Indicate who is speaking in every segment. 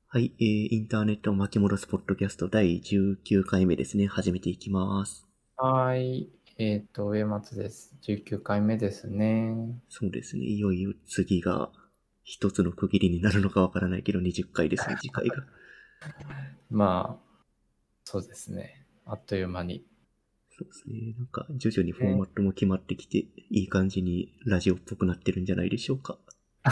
Speaker 1: はい、インターネットを巻き戻すポッドキャスト第19回目ですね。始めていきます。
Speaker 2: はい。上松です。19回目ですね。
Speaker 1: そうですね。いよいよ次が一つの区切りになるのかわからないけど20回ですね、次回が。
Speaker 2: まあ、そうですね。あっという間に。
Speaker 1: そうですね。なんか徐々にフォー
Speaker 2: ね。
Speaker 1: マットも決まってきて、いい感じにラジオっぽくなってるんじゃないでしょうか。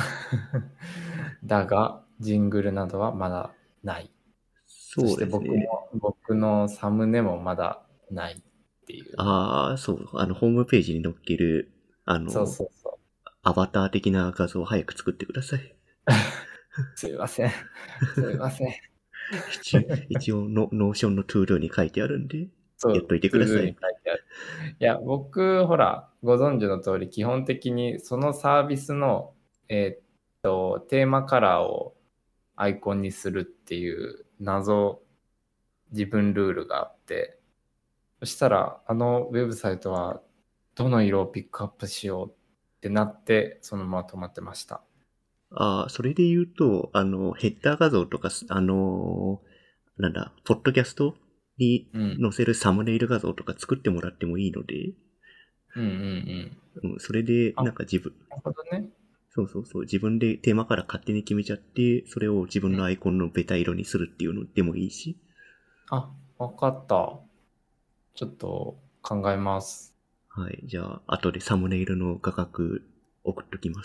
Speaker 2: だが、ジングルなどはまだない。そ
Speaker 1: そう
Speaker 2: して
Speaker 1: ですね。
Speaker 2: 僕のサムネもまだないっていう。
Speaker 1: そう。ホームページに載っける、
Speaker 2: そうそうそう。
Speaker 1: アバター的な画像を早く作ってください。
Speaker 2: すいません。すいません。
Speaker 1: 一応ノーションのトゥードゥに書いてあるんで、
Speaker 2: そう、
Speaker 1: やっといて
Speaker 2: トゥードゥに
Speaker 1: ください。
Speaker 2: 書いてある。いや、僕、ほら、ご存知の通り、基本的にそのサービスの、テーマカラーをアイコンにするっていう自分ルールがあって、そしたら、あのウェブサイトはどの色をピックアップしようってなって、そのまま止まってました。
Speaker 1: それで言うと、ヘッダー画像とか、ポッドキャストに
Speaker 2: うん。
Speaker 1: 載せるサムネイル画像とか作ってもらってもいいので、
Speaker 2: うんうんうん。
Speaker 1: それで、
Speaker 2: あ、なるほどね。
Speaker 1: そうそうそう、自分でテーマから勝手に決めちゃって、それを自分のアイコンのベタ色にするっていうのでもいいし、
Speaker 2: あ、わかった。ちょっと考えます。
Speaker 1: はい、じゃあ、後でサムネイルの画角送っときます。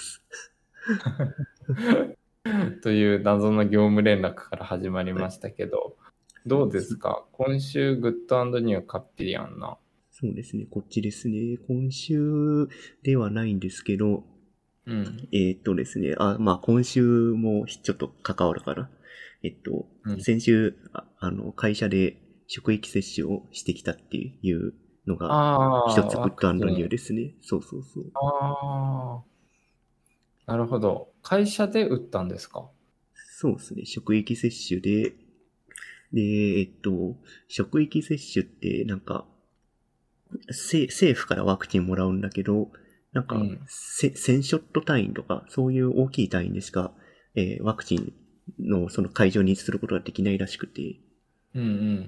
Speaker 2: という謎の業務連絡から始まり
Speaker 1: はい、
Speaker 2: ましたけど、どうで
Speaker 1: そうですね。
Speaker 2: すか今週グッドニューカッピリアンな。
Speaker 1: そうですね、こっちですね。今週ではないんですけど、
Speaker 2: うん。
Speaker 1: ですね、今週もちょっと関わるから、
Speaker 2: うん。
Speaker 1: 先週、会社で職域接種をしてきたっていうのが、一
Speaker 2: ああ、ワ
Speaker 1: つグッドニュー
Speaker 2: クチン。
Speaker 1: ですね。そうそうそう。
Speaker 2: ああ、なるほど。会社で打ったんですか？
Speaker 1: そうですね、職域接種で、職域接種ってなんか、政府からワクチンもらうんだけど、なんか、
Speaker 2: うん。
Speaker 1: 1000ショット単位とか、そういう大きい単位でしか、ワクチンのその会場にすることができないらしくて、
Speaker 2: うんうん。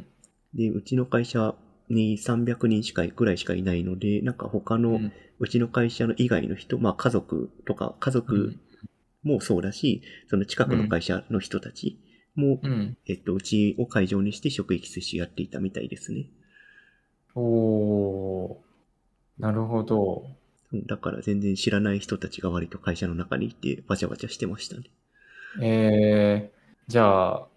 Speaker 1: で、うちの会社に300人くらいしかいないので、なんか他の、
Speaker 2: うん。
Speaker 1: うちの会社の以外の人、家族とか、家族
Speaker 2: うん。
Speaker 1: もそうだし、その近くの
Speaker 2: うん。
Speaker 1: 会社の人たちも、
Speaker 2: うん。
Speaker 1: うちを会場にして職域接種やっていたみたいですね。
Speaker 2: おー、なるほど。
Speaker 1: だから全然知らない人たちが割と会社の中にいて、バチャバチャしてましたね。
Speaker 2: じゃあ、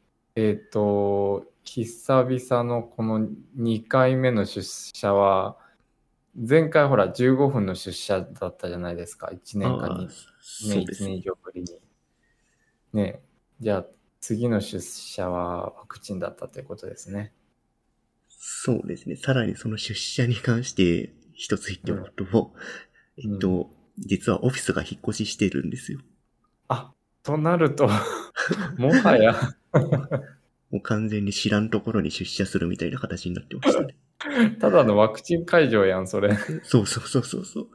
Speaker 2: 久々のこの2回目の出社は、前回ほら15分の出社だったじゃないですか。1年か
Speaker 1: ああ、
Speaker 2: 2年、1年以
Speaker 1: そうですね。
Speaker 2: 上ぶりに。ね。じゃあ、次の出社はワクチンだったということですね。
Speaker 1: そうですね。さらにその出社に関して一つ言ってお
Speaker 2: うん。
Speaker 1: くと、
Speaker 2: うん。
Speaker 1: 実はオフィスが引っ越ししてるんですよ。
Speaker 2: あ、となるともはや
Speaker 1: もう完全に知らんところに出社するみたいな形になってましたね。
Speaker 2: ただのワクチン会場やん、それ
Speaker 1: そうそうそうそうそう。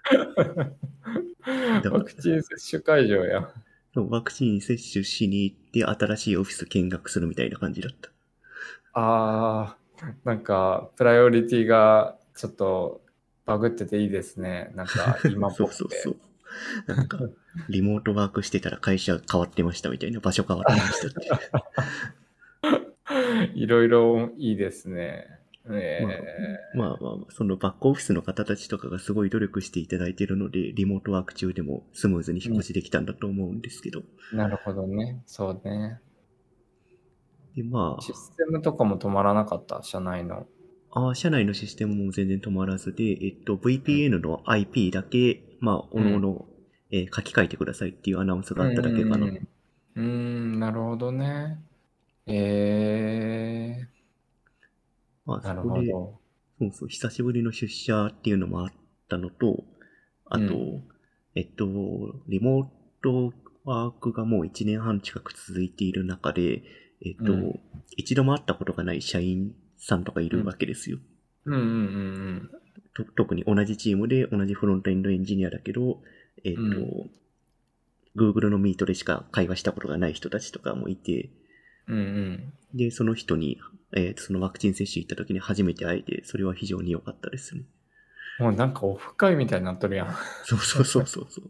Speaker 1: だか
Speaker 2: ワクチン接種会場やん。
Speaker 1: ら、ワクチン接種しに行って新しいオフィス見学するみたいな感じだった。
Speaker 2: ああ、なんか、プライオリティがちょっとバグってていいですね。なんか、今っ
Speaker 1: そう
Speaker 2: ぽくて。
Speaker 1: そうそう。なんか、リモートワークしてたら会社変わってましたみたいな、場所変わってましたって。
Speaker 2: いろいろいいですね。
Speaker 1: まあ、そのバックオフィスの方たちとかがすごい努力していただいているので、リモートワーク中でもスムーズに引っ
Speaker 2: うん、
Speaker 1: 越しできたんだと思うんですけど。
Speaker 2: なるほどね。そうね。
Speaker 1: で、
Speaker 2: システムとかも止まらなかった、社内の。
Speaker 1: 社内のシステムも全然止まらずで、
Speaker 2: うん。
Speaker 1: VPN の IP だけ、お
Speaker 2: うん。
Speaker 1: のおの、書き換えてくださいっていうアナウンスがあっただけかな。
Speaker 2: うん。うん、なるほどね。えなる
Speaker 1: そこで、
Speaker 2: ほど。
Speaker 1: そうそう、久しぶりの出社っていうのもあったのと、あと、
Speaker 2: うん。
Speaker 1: リモートワークがもう1年半近く続いている中で、
Speaker 2: うん。
Speaker 1: 一度も会ったことがない社員さんとかいる
Speaker 2: うん。
Speaker 1: わけですよ。
Speaker 2: うん。うん。
Speaker 1: 特に同じチームで同じフロントエンドエンジニアだけど、
Speaker 2: うん。
Speaker 1: Google のミートでしか会話したことがない人たちとかもいて、
Speaker 2: うん。
Speaker 1: で、その人に、そのワクチン接種行った時に初めて会えて、それは非常に良かったですね。
Speaker 2: もうなんかオフ会みたいになっとるやん。
Speaker 1: そうそうそうそうそう。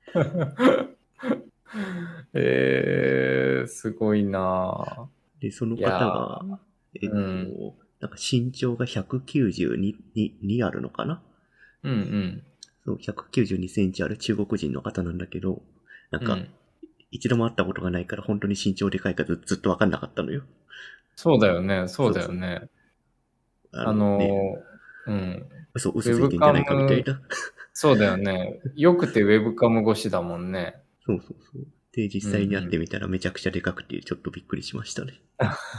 Speaker 2: すごいなぁ。
Speaker 1: で、その
Speaker 2: いや
Speaker 1: 方が、えっ
Speaker 2: ー、うん。
Speaker 1: と、なんか身長が192にあるのかな。
Speaker 2: うん。
Speaker 1: そう、192センチある中国人の方なんだけど、なんか、
Speaker 2: うん。
Speaker 1: 一度も会ったことがないから本当に身長でかいかずっとわかんなかったのよ。
Speaker 2: そうだよね。そう
Speaker 1: そうそう。
Speaker 2: だよね。
Speaker 1: あ
Speaker 2: あ
Speaker 1: のね、
Speaker 2: の、うん。
Speaker 1: 嘘
Speaker 2: ウェブカ
Speaker 1: ついてんじゃないかみたい
Speaker 2: ム、
Speaker 1: な。
Speaker 2: そうだよね。よくてウェブカム越しだもんね。
Speaker 1: そうそうそう。で、実際に会って
Speaker 2: うんうん。
Speaker 1: みたらめちゃくちゃでかくてちょっとびっくりしましたね。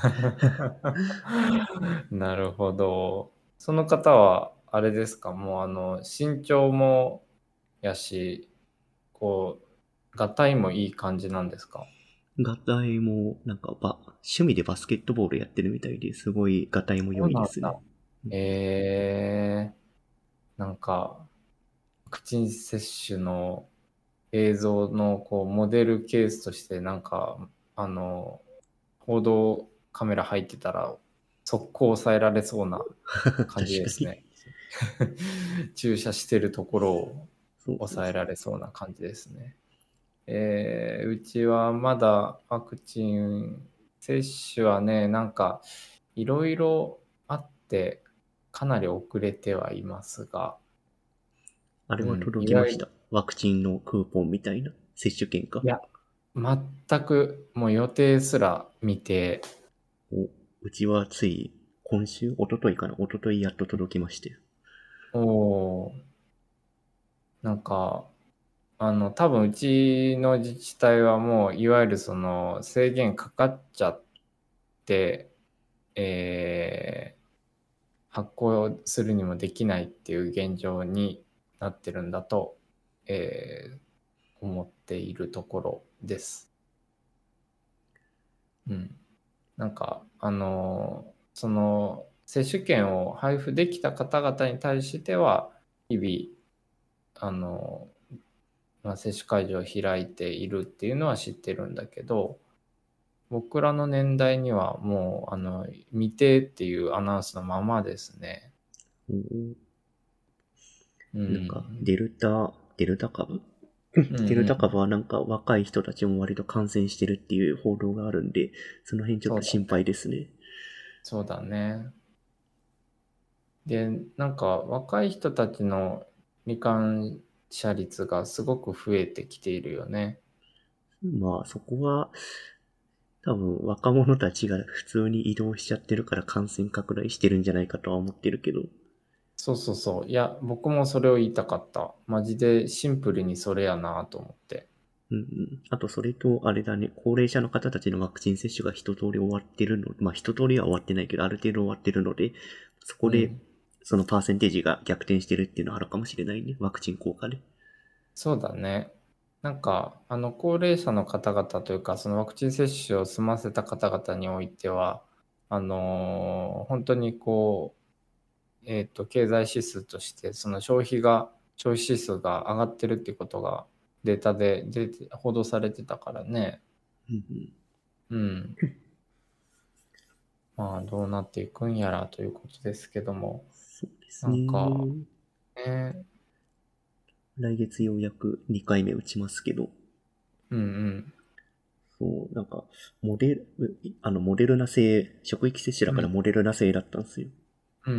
Speaker 2: なるほど。その方は、あれですか、もう身長もやし、こう、がたいもいい感じなんですか？
Speaker 1: ガタイも、なんか趣味でバスケットボールやってるみたいですごいガタイも
Speaker 2: そ
Speaker 1: 良いですね。
Speaker 2: うなんだ。えなんか、ワクチン接種の映像のこうモデルケースとして、なんか、報道カメラ入ってたら、速攻抑えられそうな
Speaker 1: 確か
Speaker 2: 感じです
Speaker 1: に。
Speaker 2: ね。注射してるところを
Speaker 1: そうそうそう。
Speaker 2: 抑えられそうな感じですね。うちはまだワクチン接種はね、なんかいろいろあってかなり遅れてはいますが、
Speaker 1: あれは
Speaker 2: うん、
Speaker 1: 届きました。ワクチンのクーポンみたいな。接種券か。
Speaker 2: いや、全くもう予定すら見て、
Speaker 1: うちはつい今週、一昨日かな。一昨日やっと届きまして。
Speaker 2: おー、なんか、多分うちの自治体はもういわゆるその制限かかっちゃって、えー発行するにもできないっていう現状になってるんだと、思っているところです。うん。なんか、その接種券を配布できた方々に対しては、日々、接種会場を開いているっていうのは知ってるんだけど、僕らの年代にはもう、未定っていうアナウンスのままですね。う
Speaker 1: なんか、
Speaker 2: ん。
Speaker 1: デルタ株
Speaker 2: うん
Speaker 1: デル
Speaker 2: うん。
Speaker 1: タ株はなんか若い人たちも割と感染してるっていう報道があるんで、その辺ちょっと心
Speaker 2: そうだね。
Speaker 1: 配ですね。
Speaker 2: そうだね。で、なんか若い人たちの罹患者率がすごく増えてきているよね。
Speaker 1: まあそこは多分若者たちが普通に移動しちゃってるから感染拡大してるんじゃないかとは思ってるけど。
Speaker 2: そうそうそう。いや、僕もそれを言いたかった。マジでシンプルにそれやなと思って。
Speaker 1: うんうん。あとそれと、あれだね、高齢者の方たちのワクチン接種が一通り終わってるの、まあ一通りは終わってないけど、ある程度終わってるので、そこで、
Speaker 2: うん。
Speaker 1: そのパーセンテージが逆転してるっていうのはあるかもしれないね。ワクチン効果で。
Speaker 2: そうだね。なんか、高齢者の方々というか、そのワクチン接種を済ませた方々においては、本当にこう、経済指数として、その消費指数が上がってるっていうことがデータで報道されてたからね。
Speaker 1: うんうん。
Speaker 2: うん。まあ、どうなっていくんやらということですけども、
Speaker 1: そうです
Speaker 2: なんか、
Speaker 1: ね。
Speaker 2: ね、
Speaker 1: 来月ようやく2回目打ちますけど、
Speaker 2: うんうん。
Speaker 1: そう、なんか、モデルナ製、職域接種だから
Speaker 2: うん
Speaker 1: モデルナ製だったんですよ。
Speaker 2: うんうん。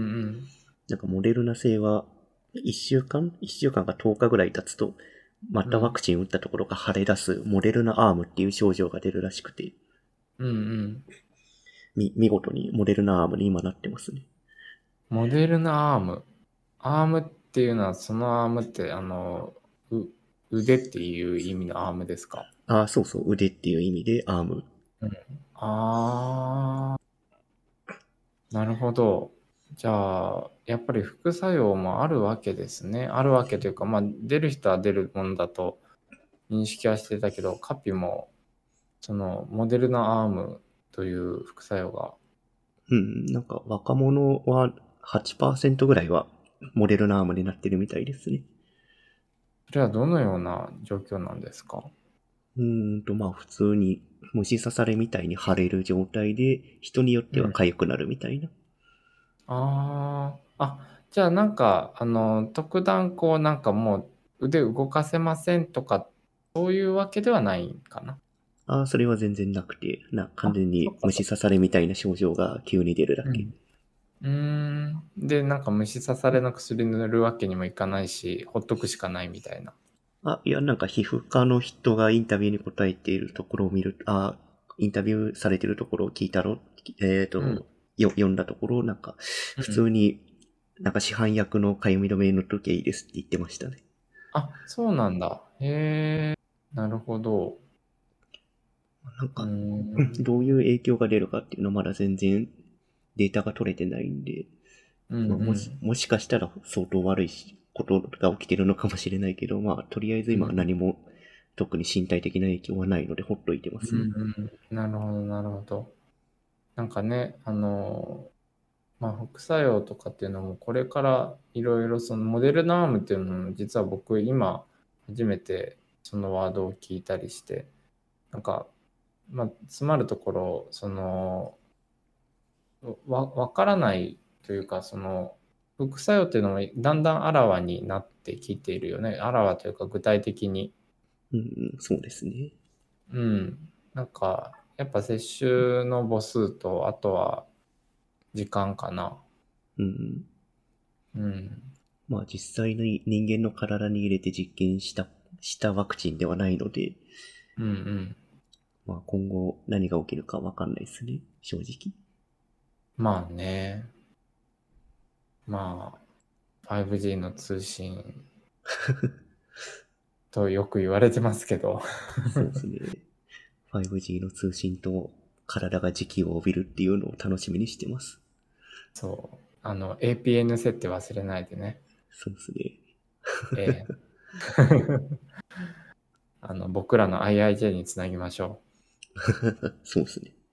Speaker 1: なんかモデルナ製は、1週間か10日ぐらい経つと、またワク
Speaker 2: うん
Speaker 1: チン打ったところが腫れ出すモデルナアームっていう症状が出るらしくて、
Speaker 2: うんうん。
Speaker 1: 見事にモデルナアームに今なってますね。
Speaker 2: モデルナアーム。アームっていうのは、そのアームって、う、腕っていう意味のアームですか？
Speaker 1: ああ、そうそう、腕っていう意味でアーム。
Speaker 2: うん。あー、なるほど。じゃあ、やっぱり副作用もあるわけですね。あるわけというか、まあ、出る人は出るものだと認識はしてたけど、カピも、その、モデルナアームという副作用が、
Speaker 1: うん、なんか若者は8%ぐらいはモデルナアームになってるみたいですね。
Speaker 2: それはどのような状況なんですか？
Speaker 1: まあ普通に虫刺されみたいに腫れる状態で、人によっては
Speaker 2: うん。
Speaker 1: 痒くなるみたいな。
Speaker 2: じゃあなんか、特段こうなんかもう腕動かせませんとか、そういうわけではないんかな。
Speaker 1: ああ、それは全然なくて、完全
Speaker 2: そっ
Speaker 1: に
Speaker 2: かそっか。
Speaker 1: 虫刺されみたいな症状が急に出るだけ。
Speaker 2: うん。で、なんか虫刺されの薬塗るわけにもいかないし、ほっとくしかないみたいな。
Speaker 1: あ、いや、皮膚科の人がインタビューに答えているところを見る、インタビューされているところを聞いたろ、
Speaker 2: うん。
Speaker 1: 読んだところ、普
Speaker 2: うん。
Speaker 1: 通に、市販薬の痒み止め塗っときゃいいですって言ってましたね。
Speaker 2: そうなんだ。へえ、なるほど。
Speaker 1: なん
Speaker 2: うー
Speaker 1: か、
Speaker 2: ん。
Speaker 1: どういう影響が出るかっていうのはまだ全然データが取れてないんで、
Speaker 2: うん
Speaker 1: まあ、
Speaker 2: うん。
Speaker 1: もしかしたら相当悪いことが起きてるのかもしれないけど、まあ、とりあえず今は
Speaker 2: うん
Speaker 1: 何も特に身体的な影響はないのでほっといてますね。
Speaker 2: うんうん。なるほど、なるほど。なんかね、副作用とかっていうのも、これからいろいろそのモデルナームっていうのも、実は僕今初めてそのワードを聞いたりして、なんか、詰まるところ、わからないというか、副作用っていうのもだんだんあらわになってきているよね。あらわというか具体的に。
Speaker 1: うん、そうですね。
Speaker 2: うん。なんか、やっぱ接種の母数と、あとは時間かな。
Speaker 1: うん。
Speaker 2: うん。
Speaker 1: まあ実際に人間の体に入れて実験したワクチンではないので、
Speaker 2: うんうん。
Speaker 1: まあ今後何が起きるかわかんないですね、正直。
Speaker 2: まあね。5G の通信とよく言われてますけど。
Speaker 1: そうですね。5G の通信と体が時期を帯びるっていうのを楽しみにしてます。
Speaker 2: そう。APN 設定忘れないでね。
Speaker 1: そうですね。
Speaker 2: ええ僕らの IIJ につなぎましょ
Speaker 1: そうですね。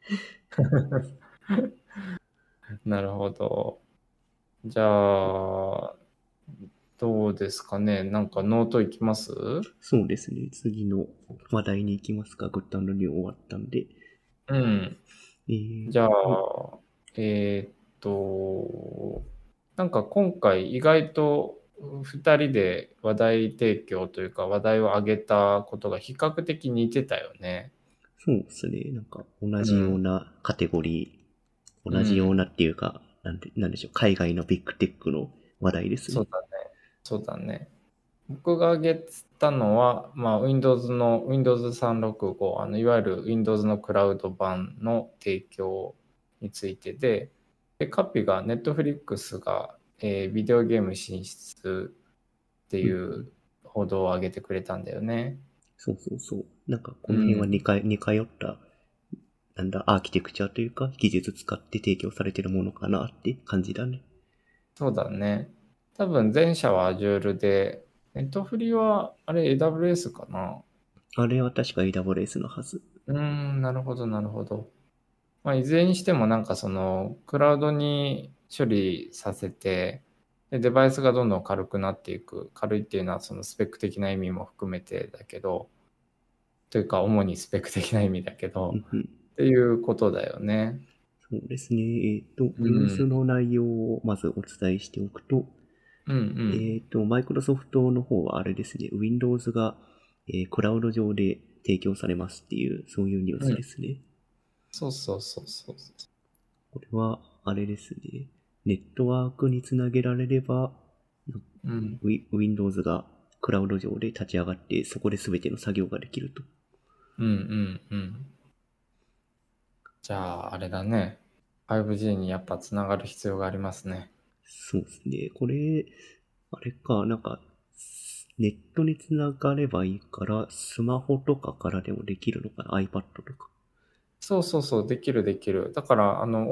Speaker 2: う。なるほど。じゃあ、どうですかね。なんかノートいきます？
Speaker 1: そうですね。次の話題に行きますか。グッドニュー終わったんで。
Speaker 2: うん。
Speaker 1: えー
Speaker 2: じゃ
Speaker 1: と、
Speaker 2: あ、えーっと、なんか今回意外と2人で話題提供というか話題を上げたことが比較的似てたよね。
Speaker 1: そうですね。同じよう
Speaker 2: うん。
Speaker 1: なカテゴリー、
Speaker 2: うん。
Speaker 1: 同じようなっていうか、なんでしょう。海外のビッグテックの話題ですね。
Speaker 2: そうだね。そうだね。僕が挙げたのは、Windows の Windows 365、いわゆる Windows のクラウド版の提供についてで、カピが Netflix が、ビデオゲーム進出って
Speaker 1: うん
Speaker 2: いう報道を上げてくれたんだよね。
Speaker 1: そうそうそう。こ
Speaker 2: う
Speaker 1: の辺は
Speaker 2: ん。
Speaker 1: 似通った、アーキテクチャというか、技術使って提供されてるものかなって感じだね。
Speaker 2: そうだね。多分前者は Azure で、ネットフリはあれ AWS かな。
Speaker 1: あれは確か AWS のはず。
Speaker 2: なるほど、なるほど。いずれにしてもなんかクラウドに処理させて、で、デバイスがどんどん軽くなっていく。軽いっていうのはそのスペック的な意味も含めてだけど、というか主にスペック的な意味だけど、
Speaker 1: うんうん。
Speaker 2: っていうことだよね。
Speaker 1: そうですね。
Speaker 2: う
Speaker 1: ニュース
Speaker 2: ん。
Speaker 1: の内容をまずお伝えしておくと、
Speaker 2: うんうん。
Speaker 1: マイクロソフトの方はあれですね、Windows が、クラウド上で提供されますっていう、そういうニュー
Speaker 2: うん。
Speaker 1: スですね。
Speaker 2: そうそうそうそう。
Speaker 1: これは、あれですね、ネットワークにつなげられれば、
Speaker 2: うん。
Speaker 1: Windows がクラウド上で立ち上がって、そこで全ての作業ができると。
Speaker 2: うんうんうん。じゃあ、あれだね。5G にやっぱつながる必要がありますね。
Speaker 1: そうですね。これ、あれか、ネットにつながればいいから、スマホとかからでもできるのかな？ iPad とか。
Speaker 2: そうそうそう、できるできる。だから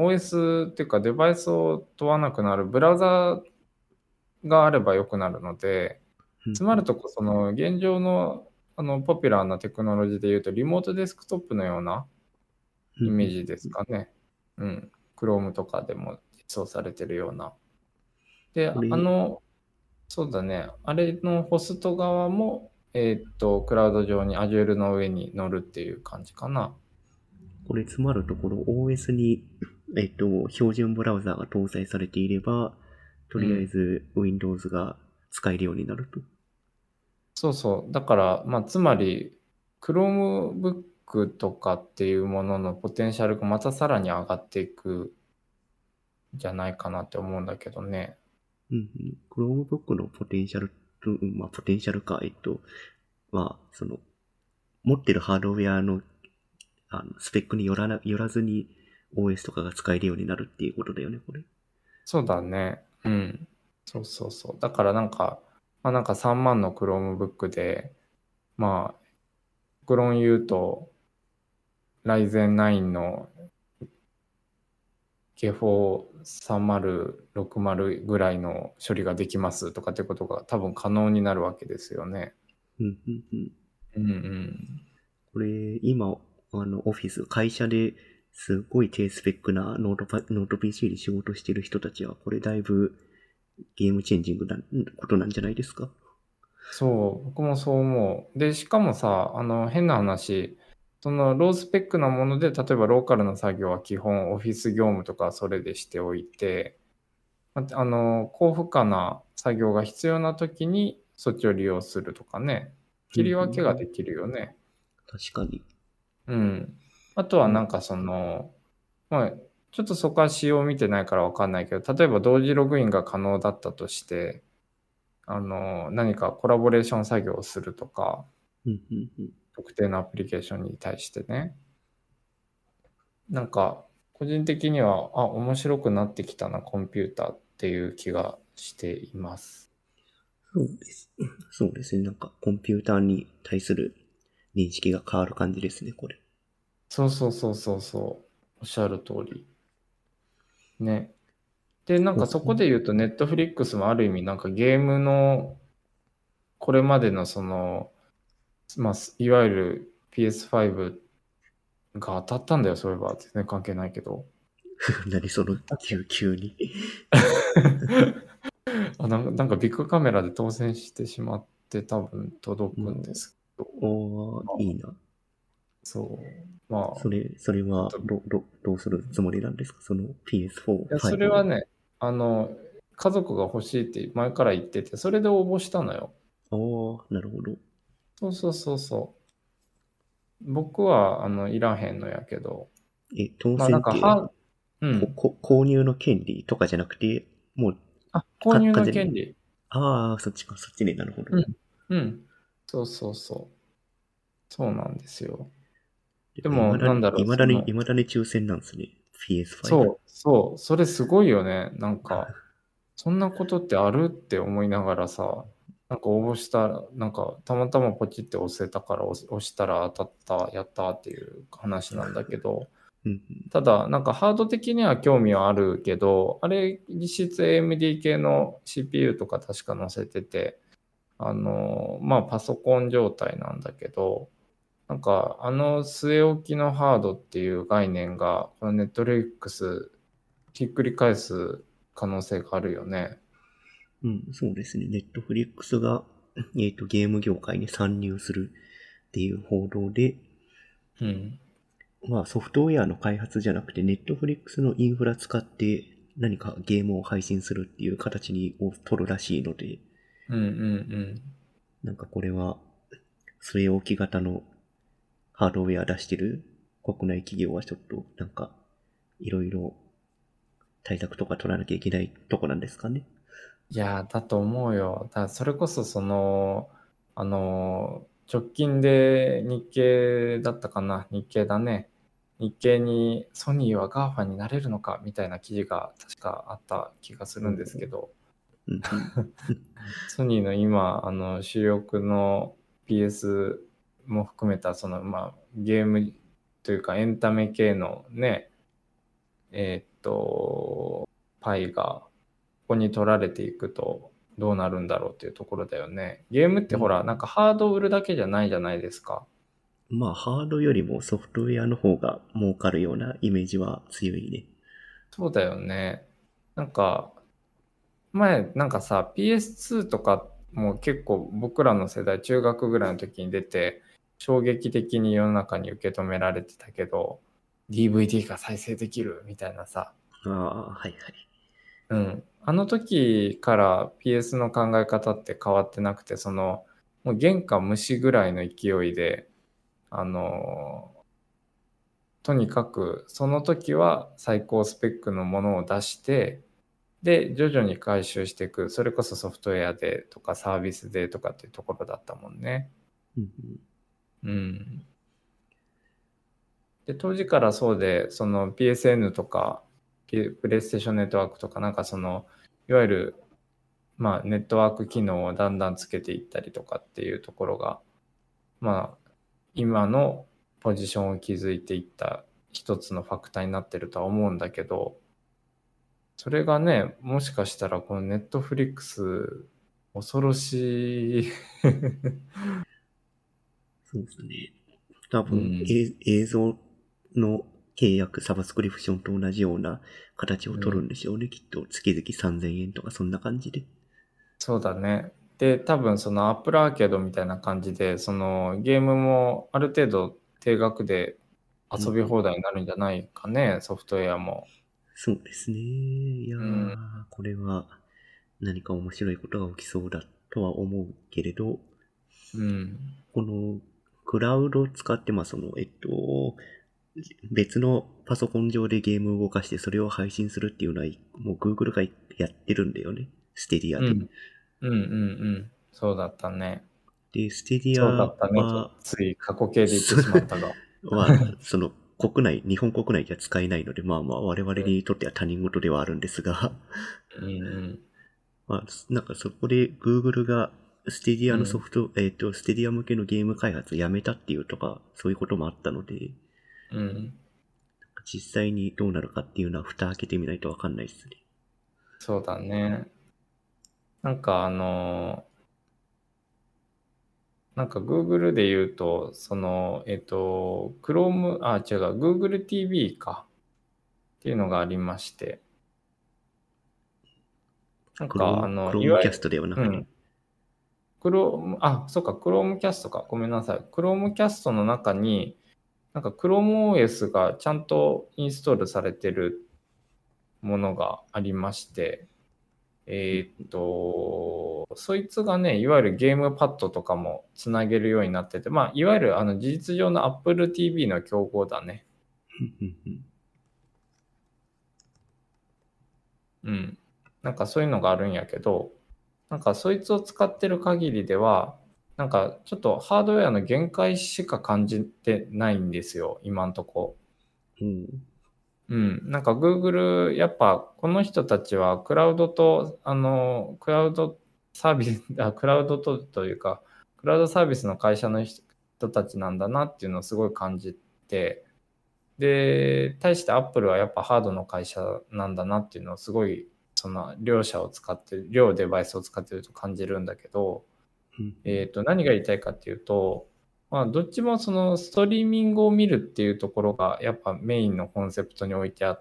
Speaker 2: 、OS っていうかデバイスを問わなくなるブラウザがあればよくなるので、
Speaker 1: うん
Speaker 2: つまるとこ、現状の、ポピュラーなテクノロジーで言うと、リモートデスクトップのような
Speaker 1: うんうん
Speaker 2: イメージですかね。うん。Chrome とかでも実装されてるような。で、
Speaker 1: これ、
Speaker 2: そうだね。あれのホスト側も、 クラウド上に Azure の上に乗るっていう感じかな。
Speaker 1: これつまるところ OS に、標準ブラウザが搭載されていれば、とりあえず Windows が使えるようになると。
Speaker 2: そうそう。だから、まあ、つまり、Chromebook とかっていうもののポテンシャルがまたさらに上がっていくんじゃないかなって思うんだけどね。
Speaker 1: うんうん。Chromebook のポテンシャルと、まあ、ポテンシャルか、その、持ってるハードウェアの、スペックによらずに OS とかが使えるようになるっていうことだよね、これ。
Speaker 2: そうだね。うん。そうそうそう。だからなんか、まあなんか3万の Chromebook で、まあ、極論言うと、Ryzen 9の K43060 ぐらいの処理ができますとかってことが多分可能になるわけですよね。
Speaker 1: うんうんうん。
Speaker 2: うんうん。
Speaker 1: これ、今、オフィス、会社ですごい低スペックなノート PC で仕事してる人たちは、これだいぶゲームチェンジングなことなんじゃないですか？
Speaker 2: そう、僕もそう思う。で、しかもさ、変な話、そのロースペックなもので、例えばローカルな作業は基本オフィス業務とかそれでしておいて、高負荷な作業が必要な時にそっちを利用するとかね、切り分けができるよね。
Speaker 1: 確かに。
Speaker 2: うん。あとは
Speaker 1: まあ、
Speaker 2: なんかまあ、ちょっとそこは仕様見てないからわかんないけど、例えば同時ログインが可能だったとして、何かコラボレーション作業をするとか、
Speaker 1: うんうんうん。
Speaker 2: 特定のアプリケーションに対してね。なんか、個人的には、面白くなってきたな、コンピューターっていう気がしています。
Speaker 1: そうです。そうですね。なんか、コンピューターに対する認識が変わる感じですね、これ。
Speaker 2: そうそうそうそうそう。おっしゃる通り。ね。で、なんかそこで言うと、ネットフリックスもある意味、なんかゲームの、これまでのまあ、いわゆる PS5 が当たったんだよ、そういえば。全然関係ないけど。
Speaker 1: 何その急に。
Speaker 2: なんかビッグカメラで当選してしまって多分届くんですけど、
Speaker 1: いいな。
Speaker 2: まあ、
Speaker 1: それは
Speaker 2: ちょっと
Speaker 1: どうするつもりなんですか？その PS4、
Speaker 2: いや、そ
Speaker 1: 5を。
Speaker 2: れはね、家族が欲しいって前から言ってて、それで応募したのよ。
Speaker 1: なるほど。
Speaker 2: そうそうそうそう。僕は、いらへんのやけど、
Speaker 1: 当
Speaker 2: まあなん
Speaker 1: 選って
Speaker 2: かうん。
Speaker 1: 購入の権利とかじゃなくて、もう、
Speaker 2: 購入
Speaker 1: 完全に。
Speaker 2: の権利。
Speaker 1: そっちか、そっちね、なるほど。
Speaker 2: うん。うん。そうそうそう。そうなんですよ。でも、なんだろう、
Speaker 1: いまだに抽選なんですね。PS5。
Speaker 2: それすごいよね。なんか、そんなことってあるって思いながらさ、なんか応募したら、なんかたまたまポチって押せたから押したら当たった、やったっていう話なんだけど、
Speaker 1: うん、
Speaker 2: ただなんかハード的には興味はあるけど、あれ実質 AMD 系の CPU とか確か載せてて、まあパソコン状態なんだけど、なんか据え置きのハードっていう概念が、このネットフリックスひっくり返す可能性があるよね。
Speaker 1: うん、そうですね。ネットフリックスが、ゲーム業界に参入するっていう報道で、
Speaker 2: うん。
Speaker 1: まあソフトウェアの開発じゃなくて、ネットフリックスのインフラ使って何かゲームを配信するっていう形を取るらしいので、
Speaker 2: うんうん
Speaker 1: なんかこれは、据え置き型のハードウェア出してる国内企業はちょっと、なんか、いろいろ対策とか取らなきゃいけないとこなんですかね。
Speaker 2: いやー、だと思うよ。それこそ直近で日経だったかな、日経だね。日経にソニーは GAFA になれるのかみたいな記事が確かあった気がするんですけど、
Speaker 1: うんうん。
Speaker 2: ソニーの今、主力の PS も含めた、まあ、ゲームというかエンタメ系のね、パイがここに取られていくとどうなるんだろうっていうところだよね。ゲームってほら、なんかハードを売るだけじゃないじゃないですか。
Speaker 1: まあ、ハードよりもソフトウェアの方が儲かるようなイメージは強いね。
Speaker 2: そうだよね。なんか、前、なんかさ、PS2 とかもう結構僕らの世代、中学ぐらいの時に出て、衝撃的に世の中に受け止められてたけど、DVD が再生できるみたいなさ。
Speaker 1: ああ、はいはい。
Speaker 2: うん。あの時から PS の考え方って変わってなくて、もう原価無視ぐらいの勢いで、あのとにかくその時は最高スペックのものを出して、で、徐々に回収していく。それこそソフトウェアでとかサービスでとかっていうところだったもんね。
Speaker 1: うん
Speaker 2: うん。で、当時からそうで、PSN とか、プレイステーションネットワークとか、いわゆる、まあ、ネットワーク機能をだんだんつけていったりとかっていうところが、まあ、今のポジションを築いていった一つのファクターになってるとは思うんだけど、それがね、もしかしたらこのネットフリックス、恐ろしい。
Speaker 1: そうですね。多分、
Speaker 2: うん。
Speaker 1: 映像の契約、サブスクリプションと同じような形を取るんでしょうね。きっと、月々3000円とか、そんな感じで。
Speaker 2: そうだね。で、多分その Apple アーケードみたいな感じで、そのゲームもある程度定額で遊び
Speaker 1: うん、
Speaker 2: 放題になるんじゃないかね、ソフトウェアも。
Speaker 1: そうですね。いや
Speaker 2: うん。
Speaker 1: ー、これは何か面白いことが起きそうだとは思うけれど、
Speaker 2: うん。
Speaker 1: このクラウドを使って、まあ、別のパソコン上でゲームを動かしてそれを配信するっていうのは、もう Google がやってるんだよね。ステディアで。
Speaker 2: うん。うん。うん。うん。そうだったね。
Speaker 1: で、ステディ
Speaker 2: そうだ
Speaker 1: ア
Speaker 2: ったねと、
Speaker 1: は、
Speaker 2: つい過去形で言ってしまったが。
Speaker 1: その日本国内では使えないので、まあまあ我々にとっては他人事ではあるんですが、
Speaker 2: うん。
Speaker 1: まあ、なんかそこで Google がステディアのソ
Speaker 2: うん。
Speaker 1: フト、ステディア向けのゲーム開発をやめたっていうとか、そういうこともあったので、
Speaker 2: うん。
Speaker 1: 実際にどうなるかっていうのは蓋開けてみないとわかんないですね。
Speaker 2: そうだね。なんかGoogle で言うと、Chrome、違う、Google TV かっていうのがありまして、
Speaker 1: クロー
Speaker 2: いわゆる、
Speaker 1: ムキャストではなくて。
Speaker 2: うん、そうか、Chromecast か。ごめんなさい。Chromecast の中に、ChromeOS がちゃんとインストールされてるものがありまして、そいつがね、いわゆるゲームパッドとかもつなげるようになってて、まあ、いわゆる事実上の Apple TV の競合だね。うん。そういうのがあるんやけど、そいつを使ってる限りでは、ちょっとハードウェアの限界しか感じてないんですよ、今んとこ。
Speaker 1: うん。
Speaker 2: うん。Google、やっぱこの人たちはクラウドと、クラウドサービス、クラウドというか、クラウドサービスの会社の人たちなんだなっていうのをすごい感じて、で、対して Apple はやっぱハードの会社なんだなっていうのをすごい、両デバイスを使ってると感じるんだけど、何が言いたいかっていうと、まあ、どっちもそのストリーミングを見るっていうところがやっぱメインのコンセプトに置いてあって、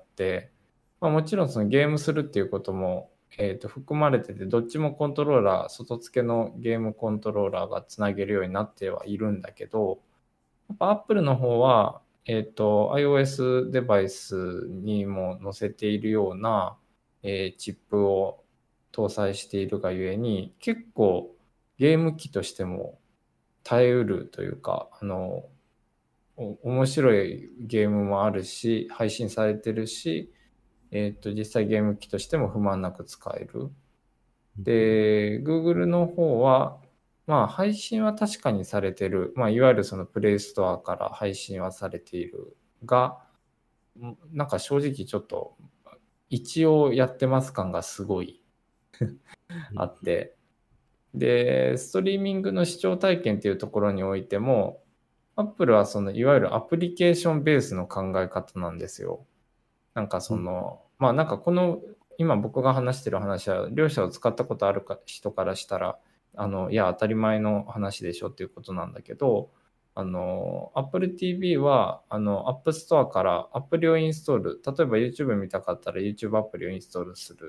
Speaker 2: まあ、もちろんそのゲームするっていうことも、含まれてて、どっちもコントローラー、外付けのゲームコントローラーがつなげるようになってはいるんだけど、やっぱ Apple の方は、iOS デバイスにも載せているような、チップを搭載しているがゆえに、結構ゲーム機としても耐えうるというか、面白いゲームもあるし、配信されてるし、実際ゲーム機としても不満なく使える。で、Google の方は、まあ、配信は確かにされてる。まあ、いわゆるそのプレイストアから配信はされているが、正直ちょっと、一応やってます感がすごいあって、で、ストリーミングの視聴体験っていうところにおいても、Apple はその、いわゆるアプリケーションベースの考え方なんですよ。まあ今僕が話してる話は、両者を使ったことある人からしたら、いや、当たり前の話でしょっていうことなんだけど、Apple TV は、App Store からアプリをインストール、例えば YouTube 見たかったら YouTube アプリをインストールする。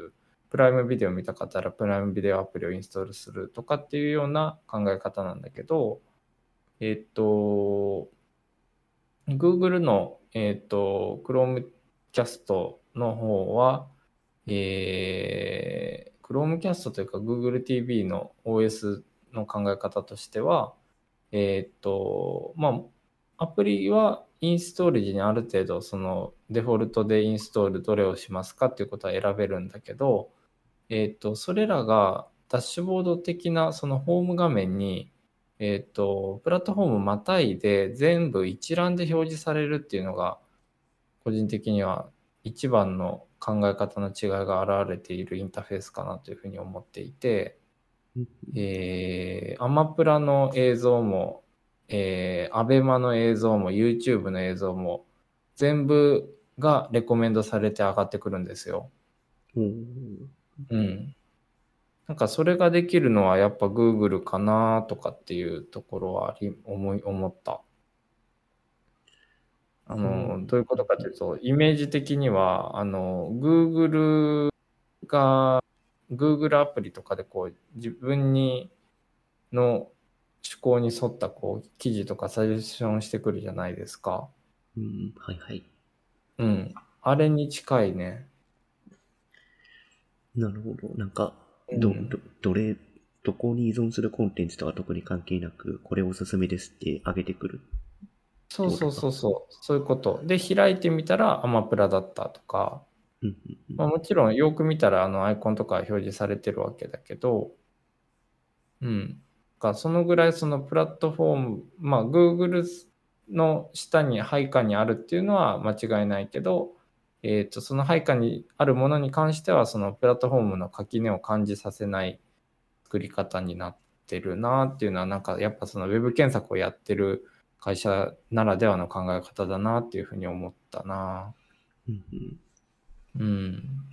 Speaker 2: プライムビデオ見たかったらプライムビデオアプリをインストールするとかっていうような考え方なんだけど、Google の、Chromecast の方は、Chromecast というか Google TV の OS の考え方としては、まあ、アプリはインストール時にある程度そのデフォルトでインストールどれをしますかっていうことは選べるんだけど、それらがダッシュボード的なそのホーム画面に、プラットフォームまたいで全部一覧で表示されるっていうのが個人的には一番の考え方の違いが現れているインターフェースかなというふうに思っていて、アマプラの映像も、アベマの映像も YouTube の映像も全部がレコメンドされて上がってくるんですよ。
Speaker 1: おー
Speaker 2: うん。なんかそれができるのはやっぱ Google かなとかっていうところは思った。どういうことかというと、イメージ的には、Google が、Google アプリとかでこう、自分の趣向に沿ったこう、記事とかサジェッションしてくるじゃないですか。
Speaker 1: うん、はいはい。
Speaker 2: うん。あれに近いね。
Speaker 1: なるほど。なんか、
Speaker 2: うん。
Speaker 1: どこに依存するコンテンツとは特に関係なく、これおすすめですって上げてくるってことか。
Speaker 2: そういうこと。で、開いてみたらアマプラだったとか、
Speaker 1: うんうん
Speaker 2: まあ、もちろんよく見たらアイコンとか表示されてるわけだけど、うん。そのぐらいそのプラットフォーム、まあ Google の下に配下にあるっていうのは間違いないけど、その配下にあるものに関してはそのプラットフォームの垣根を感じさせない作り方になってるなっていうのはなんかやっぱそのウェブ検索をやってる会社ならではの考え方だなっていうふうに思ったな。
Speaker 1: うんうん
Speaker 2: うん。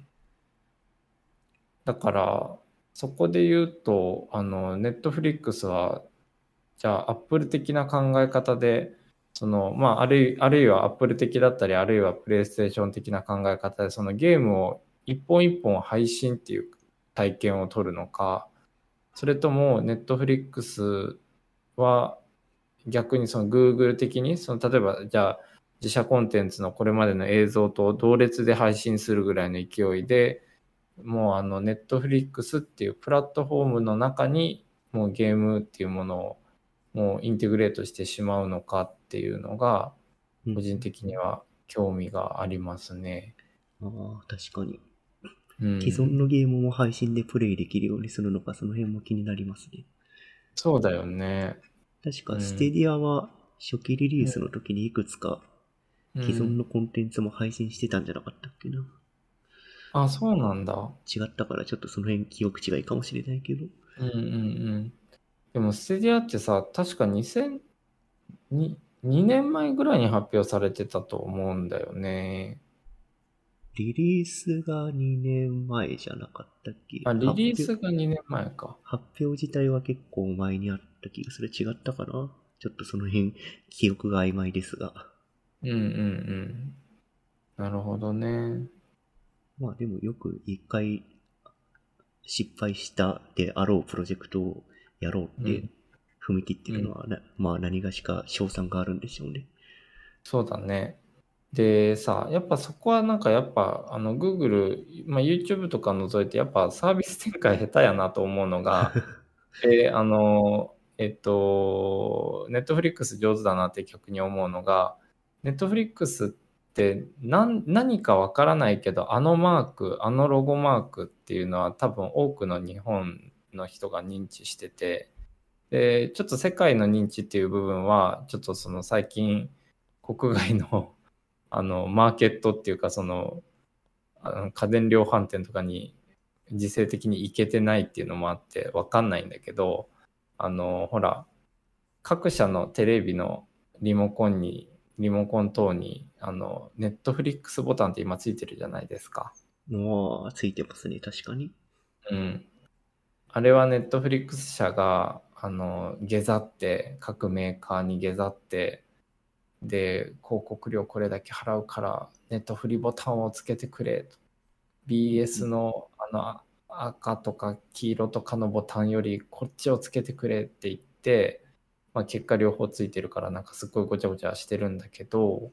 Speaker 2: だからそこで言うとネットフリックスはじゃあ、アップル的な考え方で、まあ、あるいはアップル的だったり、あるいはプレイステーション的な考え方で、そのゲームを一本一本配信っていう体験を取るのか、それとも、ネットフリックスは逆にその Google 的に、例えば、じゃあ、自社コンテンツのこれまでの映像と同列で配信するぐらいの勢いで、もうネットフリックスっていうプラットフォームの中に、もうゲームっていうものをもうインテグレートしてしまうのかっていうのが、
Speaker 1: うん
Speaker 2: 個人的には興味がありますね。
Speaker 1: ああ、確かに。
Speaker 2: う
Speaker 1: 既存の
Speaker 2: ん。
Speaker 1: ゲームも配信でプレイできるようにするのか、その辺も気になりますね。
Speaker 2: そうだよね。
Speaker 1: 確か、ステ
Speaker 2: うん。
Speaker 1: ディアは初期リリースの時にいくつか既存の
Speaker 2: うん。
Speaker 1: コンテンツも配信してたんじゃなかったっけな。
Speaker 2: あ、そうなんだ。
Speaker 1: 違ったからちょっとその辺記憶違いかもしれないけど。
Speaker 2: うんうんうん。でも、ステディアってさ、確か2002、2年前ぐらいに発表されてたと思うんだよね。
Speaker 1: リリースが2年前じゃなかったっけ？
Speaker 2: あ、リリースが2年前か。
Speaker 1: 発表自体は結構前にあった気がする。違ったかな？ちょっとその辺、記憶が曖昧ですが。
Speaker 2: うんうんうん。なるほどね。
Speaker 1: まあでもよく一回失敗したであろうプロジェクトをやろうって
Speaker 2: うん。
Speaker 1: 踏み切って
Speaker 2: うん。
Speaker 1: るのはまあ何がしか賞賛があるんでしょうね。
Speaker 2: そうだね。でさ、やっぱそこはなんかやっぱGoogle、まあ、YouTube とか除いてやっぱサービス展開下手やなと思うのが、で、Netflix 上手だなって逆に思うのが、Netflix って何かわからないけど、あのマーク、あのロゴマークっていうのは多分多くの日本の人が認知してて、で、ちょっと世界の認知っていう部分は、ちょっとその最近国外のマーケットっていうか、家電量販店とかに自制的に行けてないっていうのもあってわかんないんだけど、ほら、各社のテレビのリモコン等に、ネットフリックスボタンって今ついてるじゃないですか。
Speaker 1: まあ、ついてますね、確かに。
Speaker 2: うん。あれはネットフリックス社が、各メーカーに下ざって、で、広告料これだけ払うから、ネットフリボタンをつけてくれと。BS のの赤とか黄色とかのボタンよりこっちをつけてくれって言って、まあ、結果両方ついてるからなんかすっごいごちゃごちゃしてるんだけど、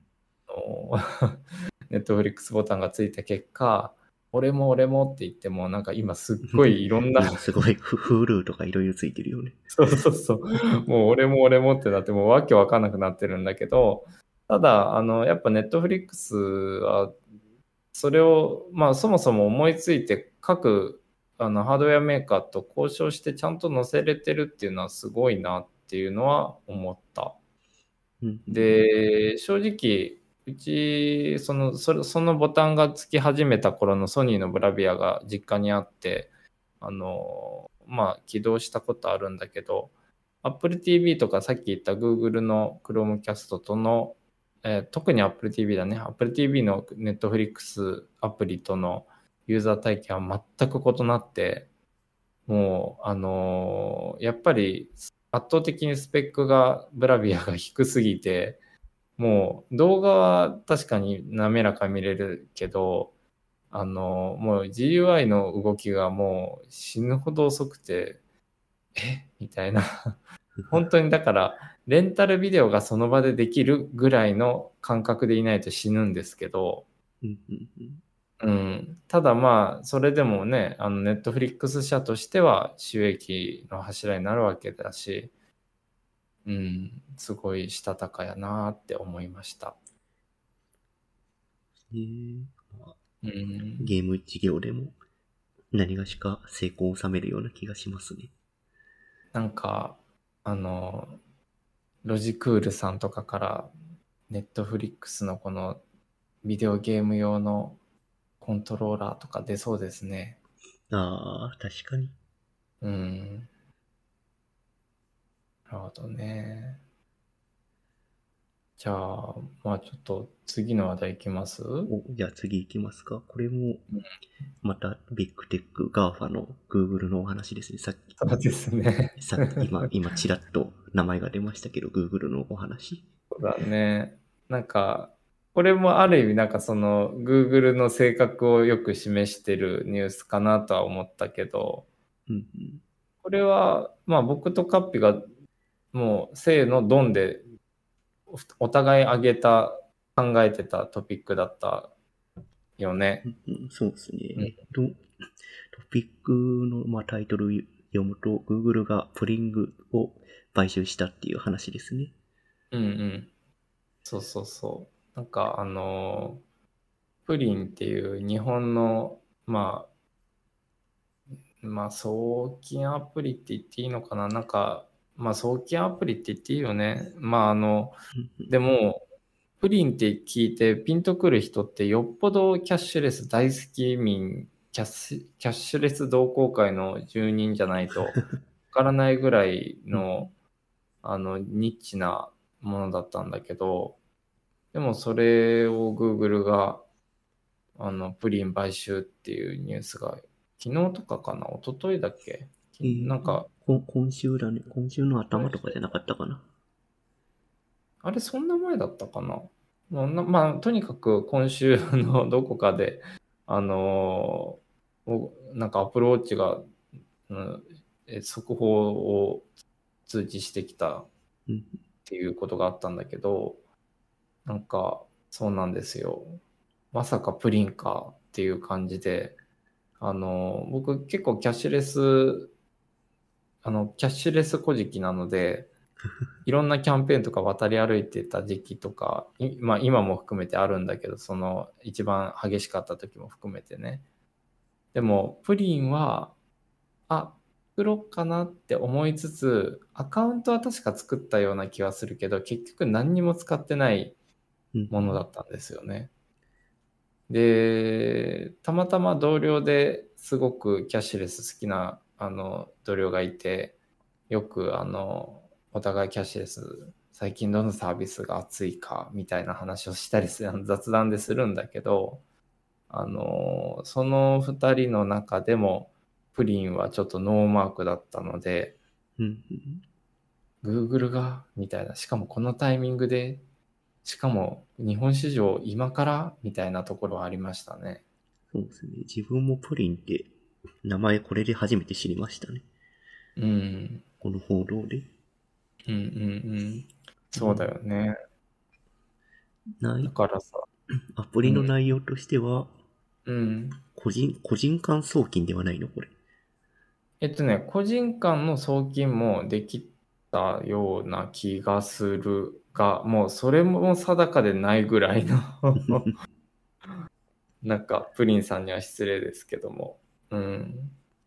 Speaker 2: ネットフリックスボタンがついた結果、俺も俺もって言っても、なんか今すっごいいろんな
Speaker 1: 今すごい、Hulu とかいろいろついてるよね。
Speaker 2: そうそうそう。もう俺も俺もってなって、もうわけわかんなくなってるんだけど、ただ、やっぱネットフリックスは、それを、まあそもそも思いついて各、ハードウェアメーカーと交渉してちゃんと載せれてるっていうのはすごいなっていうのは思った。で、正直、うち、そのボタンがつき始めた頃のソニーのブラビアが実家にあって、まあ、起動したことあるんだけど、Apple TV とかさっき言った Google の Chromecast との、特に Apple TV だね。Apple TV の Netflix アプリとのユーザー体験は全く異なって、もう、やっぱり圧倒的にスペックがブラビアが低すぎて、もう動画は確かに滑らかに見れるけど、もう GUI の動きがもう死ぬほど遅くて、みたいな。本当にだから、レンタルビデオがその場でできるぐらいの感覚でいないと死ぬんですけど、ただまあ、それでもね、ネットフリックス社としては収益の柱になるわけだし、すごいしたたかやなって思いました。
Speaker 1: ゲーム事業でも何がしか成功を収めるような気がしますね。
Speaker 2: なんか、ロジクールさんとかからネットフリックスのこのビデオゲーム用のコントローラーとか出そうですね。
Speaker 1: ああ、確かに。
Speaker 2: なるほどね。じゃあ、まあちょっと次の話題いきます？
Speaker 1: じゃあ次行きますか。これも、またビッグテック、GAFA の Google のお話ですね。さっき。
Speaker 2: そうですね。
Speaker 1: 今ちらっと名前が出ましたけど、Google のお話。
Speaker 2: そうだね。なんか、これもある意味なんかその Google の性格をよく示してるニュースかなとは思ったけど、これはまあ僕とカッピがもうせーのドンでお互い上げた考えてたトピックだったよね。
Speaker 1: そうですね。トピックの、タイトル読むと、Google がプリングを買収したっていう話ですね。
Speaker 2: そうそうそう。なんかプリンっていう日本の、まあ送金アプリって言っていいのかな、なんか、まあ送金アプリって言っていいよね。まあでも、プリンって聞いてピンとくる人ってよっぽどキャッシュレス大好き民、キャッシュレス同好会の住人じゃないとわからないぐらいの、ニッチなものだったんだけど、でもそれを Google が、プリン買収っていうニュースが昨日とかかな、一昨日だっけ、なんか、
Speaker 1: 今週だね。今週の頭とかじゃなかったかな。
Speaker 2: あれそんな前だったかな。まあ、とにかく今週のどこかで、なんかアプローチが、速報を通知してきたっていうことがあったんだけど、なんかそうなんですよ。まさかプリンかっていう感じで、僕結構キャッシュレス、キャッシュレス小じなので、いろんなキャンペーンとか渡り歩いてた時期とか、まあ今も含めてあるんだけど、その一番激しかった時も含めてね。でも、プリンは、作ろうかなって思いつつ、アカウントは確か作ったような気はするけど、結局何にも使ってないものだったんですよね。で、たまたま同僚ですごくキャッシュレス好きな同僚がいて、よくお互いキャッシュレス最近どのサービスが熱いかみたいな話をしたりする、雑談でするんだけど、その2人の中でもプリンはちょっとノーマークだったので、Google がみたいな、しかもこのタイミングで、しかも日本市場今からみたいなところはありましたね。
Speaker 1: そうですね。自分もプリンって名前これで初めて知りましたね。
Speaker 2: うん。
Speaker 1: この報道で。
Speaker 2: うんうんうん。そうだ
Speaker 1: うん。
Speaker 2: よね。だ
Speaker 1: ない
Speaker 2: からさ、
Speaker 1: アプリの
Speaker 2: うん。
Speaker 1: 内容としては、
Speaker 2: うん。
Speaker 1: 個人間送金ではないのこれ。
Speaker 2: 個人間の送金もできたような気がするが、もうそれも定かでないぐらいのなんか、プリンさんには失礼ですけども。うん。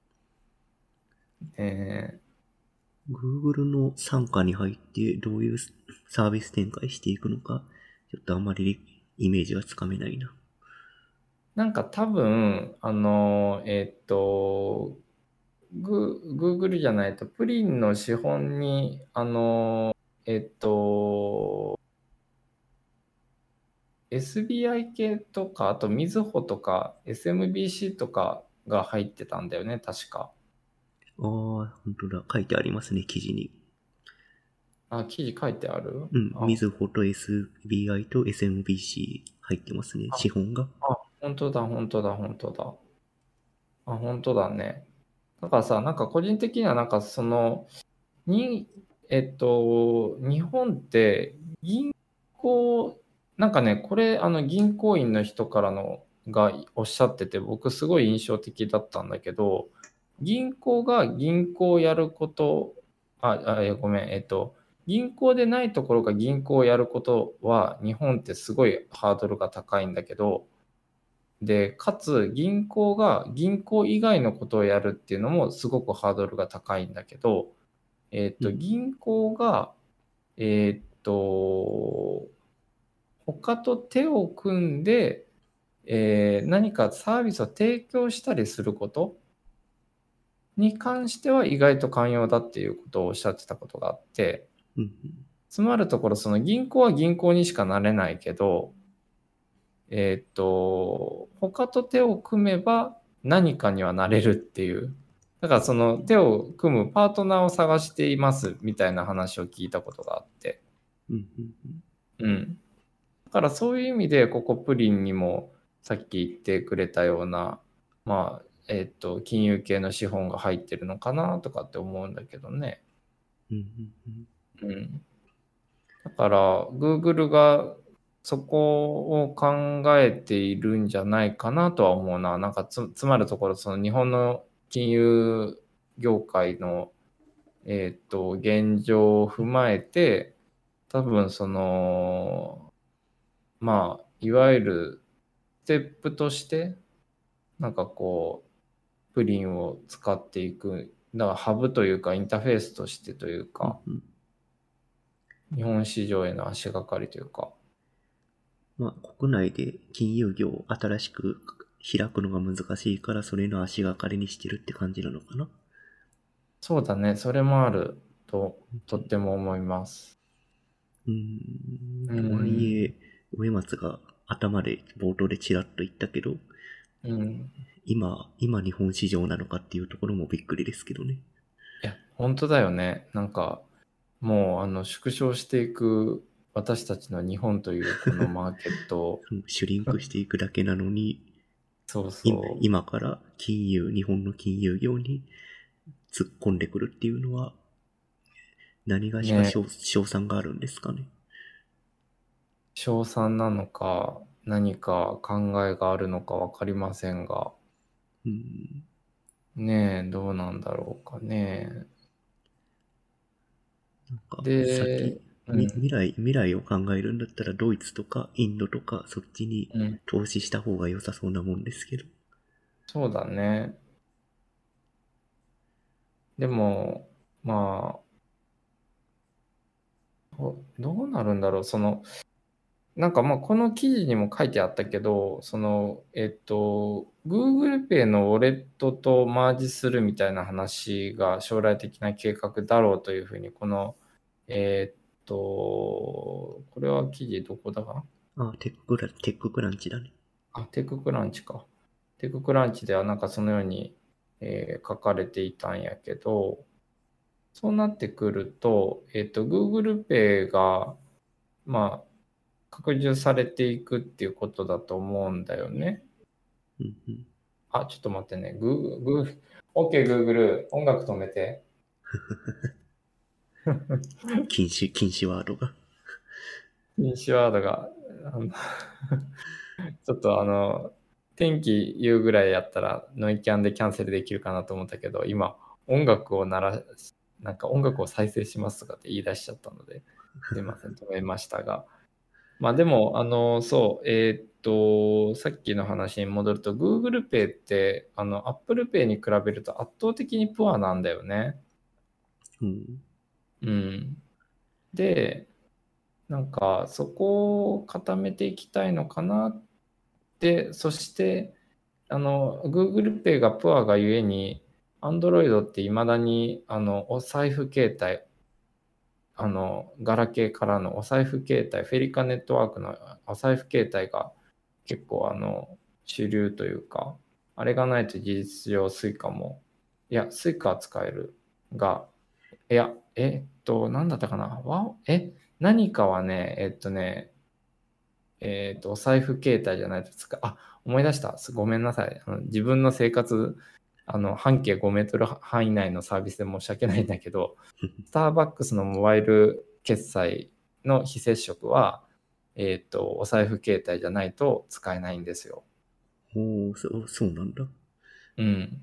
Speaker 2: え
Speaker 1: Google の傘下に入ってどういうサービス展開していくのか、ちょっとあまりイメージがつかめないな。
Speaker 2: なんか多分、Google じゃないと、プリンの資本に、SBI 系とか、あとみずほとか SMBC とかが入ってたんだよね、確か。
Speaker 1: ああ、本当だ。書いてありますね、記事に。
Speaker 2: あ、記事書いてある。
Speaker 1: うん。み
Speaker 2: あ、
Speaker 1: ずほと SBI と SMBC 入ってますね。資本が。
Speaker 2: 本当だ、本当だ、本当だ。本当だね。だからさ、なんか個人的にはなんかに、日本って銀行、なんかね、これ銀行員の人からのがおっしゃってて、僕すごい印象的だったんだけど、銀行が銀行をやること、ごめん、銀行でないところが銀行をやることは日本ってすごいハードルが高いんだけど、で、かつ銀行が銀行以外のことをやるっていうのもすごくハードルが高いんだけど、
Speaker 1: うん。
Speaker 2: 銀行が、えっと、他と手を組んで、何かサービスを提供したりすることに関しては意外と寛容だっていうことをおっしゃってたことがあって、
Speaker 1: うん。
Speaker 2: つまるところ、その銀行は銀行にしかなれないけど、他と手を組めば何かにはなれるっていう。だからその手を組むパートナーを探していますみたいな話を聞いたことがあって。
Speaker 1: うん。うん。
Speaker 2: うん。だからそういう意味で、ここプリンにもさっき言ってくれたような、まあ、金融系の資本が入ってるのかなとかって思うんだけどね。
Speaker 1: うん。うん。
Speaker 2: うん。だから、Google がそこを考えているんじゃないかなとは思うな。なんかつまるところ、その日本の金融業界の、現状を踏まえて、多分まあ、いわゆるステップとして、なんかこう、プリンを使っていく、だからハブというかインターフェースとしてというか、
Speaker 1: うん。うん。
Speaker 2: 日本市場への足がかりというか、
Speaker 1: まあ、国内で金融業を新しく開くのが難しいから、それの足がかりにしてるって感じなのかな。
Speaker 2: そうだね、それもあると、とっても思います。う
Speaker 1: とはい
Speaker 2: ん、
Speaker 1: え、植松が頭で冒頭でちらっと言ったけど、
Speaker 2: うん。
Speaker 1: 今日本市場なのかっていうところもびっくりですけどね。
Speaker 2: いや、本当だよね。なんか、もう、縮小していく私たちの日本というこのマーケットを、
Speaker 1: シュリンクしていくだけなのに、
Speaker 2: そうそ
Speaker 1: 今から日本の金融業に突っ込んでくるっていうのは、何が
Speaker 2: う。
Speaker 1: しか
Speaker 2: ね、
Speaker 1: 賞賛があるんですかね。
Speaker 2: 賞賛なのか、何か考えがあるのかわかりませんが、
Speaker 1: うん。
Speaker 2: ねえ、どうなんだろうかね。
Speaker 1: なんか、
Speaker 2: で、うん、
Speaker 1: 未来を考えるんだったらドイツとかインドとかそっちに
Speaker 2: うん、
Speaker 1: 投資した方が良さそうなもんですけど。
Speaker 2: そうだね。でも、まあ、どうなるんだろう。なんかまあこの記事にも書いてあったけど、Google Pay のウォレットとマージするみたいな話が将来的な計画だろうというふうに、これは記事どこだかな。
Speaker 1: あ、テッククランチだね。
Speaker 2: テッククランチか。テッククランチではなんかそのように、書かれていたんやけど、そうなってくると、Google Pay が、まあ、拡充されていくっていうことだと思うんだよね。
Speaker 1: うんうん。
Speaker 2: あ、ちょっと待ってね。OK、Google、音楽止めて。
Speaker 1: 禁止ワードが。
Speaker 2: 禁止ワードが、ちょっと天気言うぐらいやったらノイキャンでキャンセルできるかなと思ったけど、今、音楽をなんか音楽を再生しますとかって言い出しちゃったので、すいません、止めましたが。まあでも、そう、さっきの話に戻ると、Google Pay って、Apple Pay に比べると圧倒的にプアなんだよね。
Speaker 1: うん。
Speaker 2: うん。で、なんか、そこを固めていきたいのかなって、そして、Google Pay がプアがゆえに、Android って未だに、お財布携帯、ガラケーからのお財布携帯、フェリカネットワークのお財布携帯が結構主流というか、あれがないと事実上スイカも、いや、スイカは使えるが、いや、なんだったかな何かはね、お財布携帯じゃないと思い出した。ごめんなさい。自分の生活、半径5メートル範囲内のサービスで申し訳ないんだけど、スターバックスのモバイル決済の非接触は、お財布携帯じゃないと使えないんですよ。
Speaker 1: そうなんだ。
Speaker 2: うん。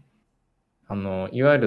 Speaker 2: いわゆる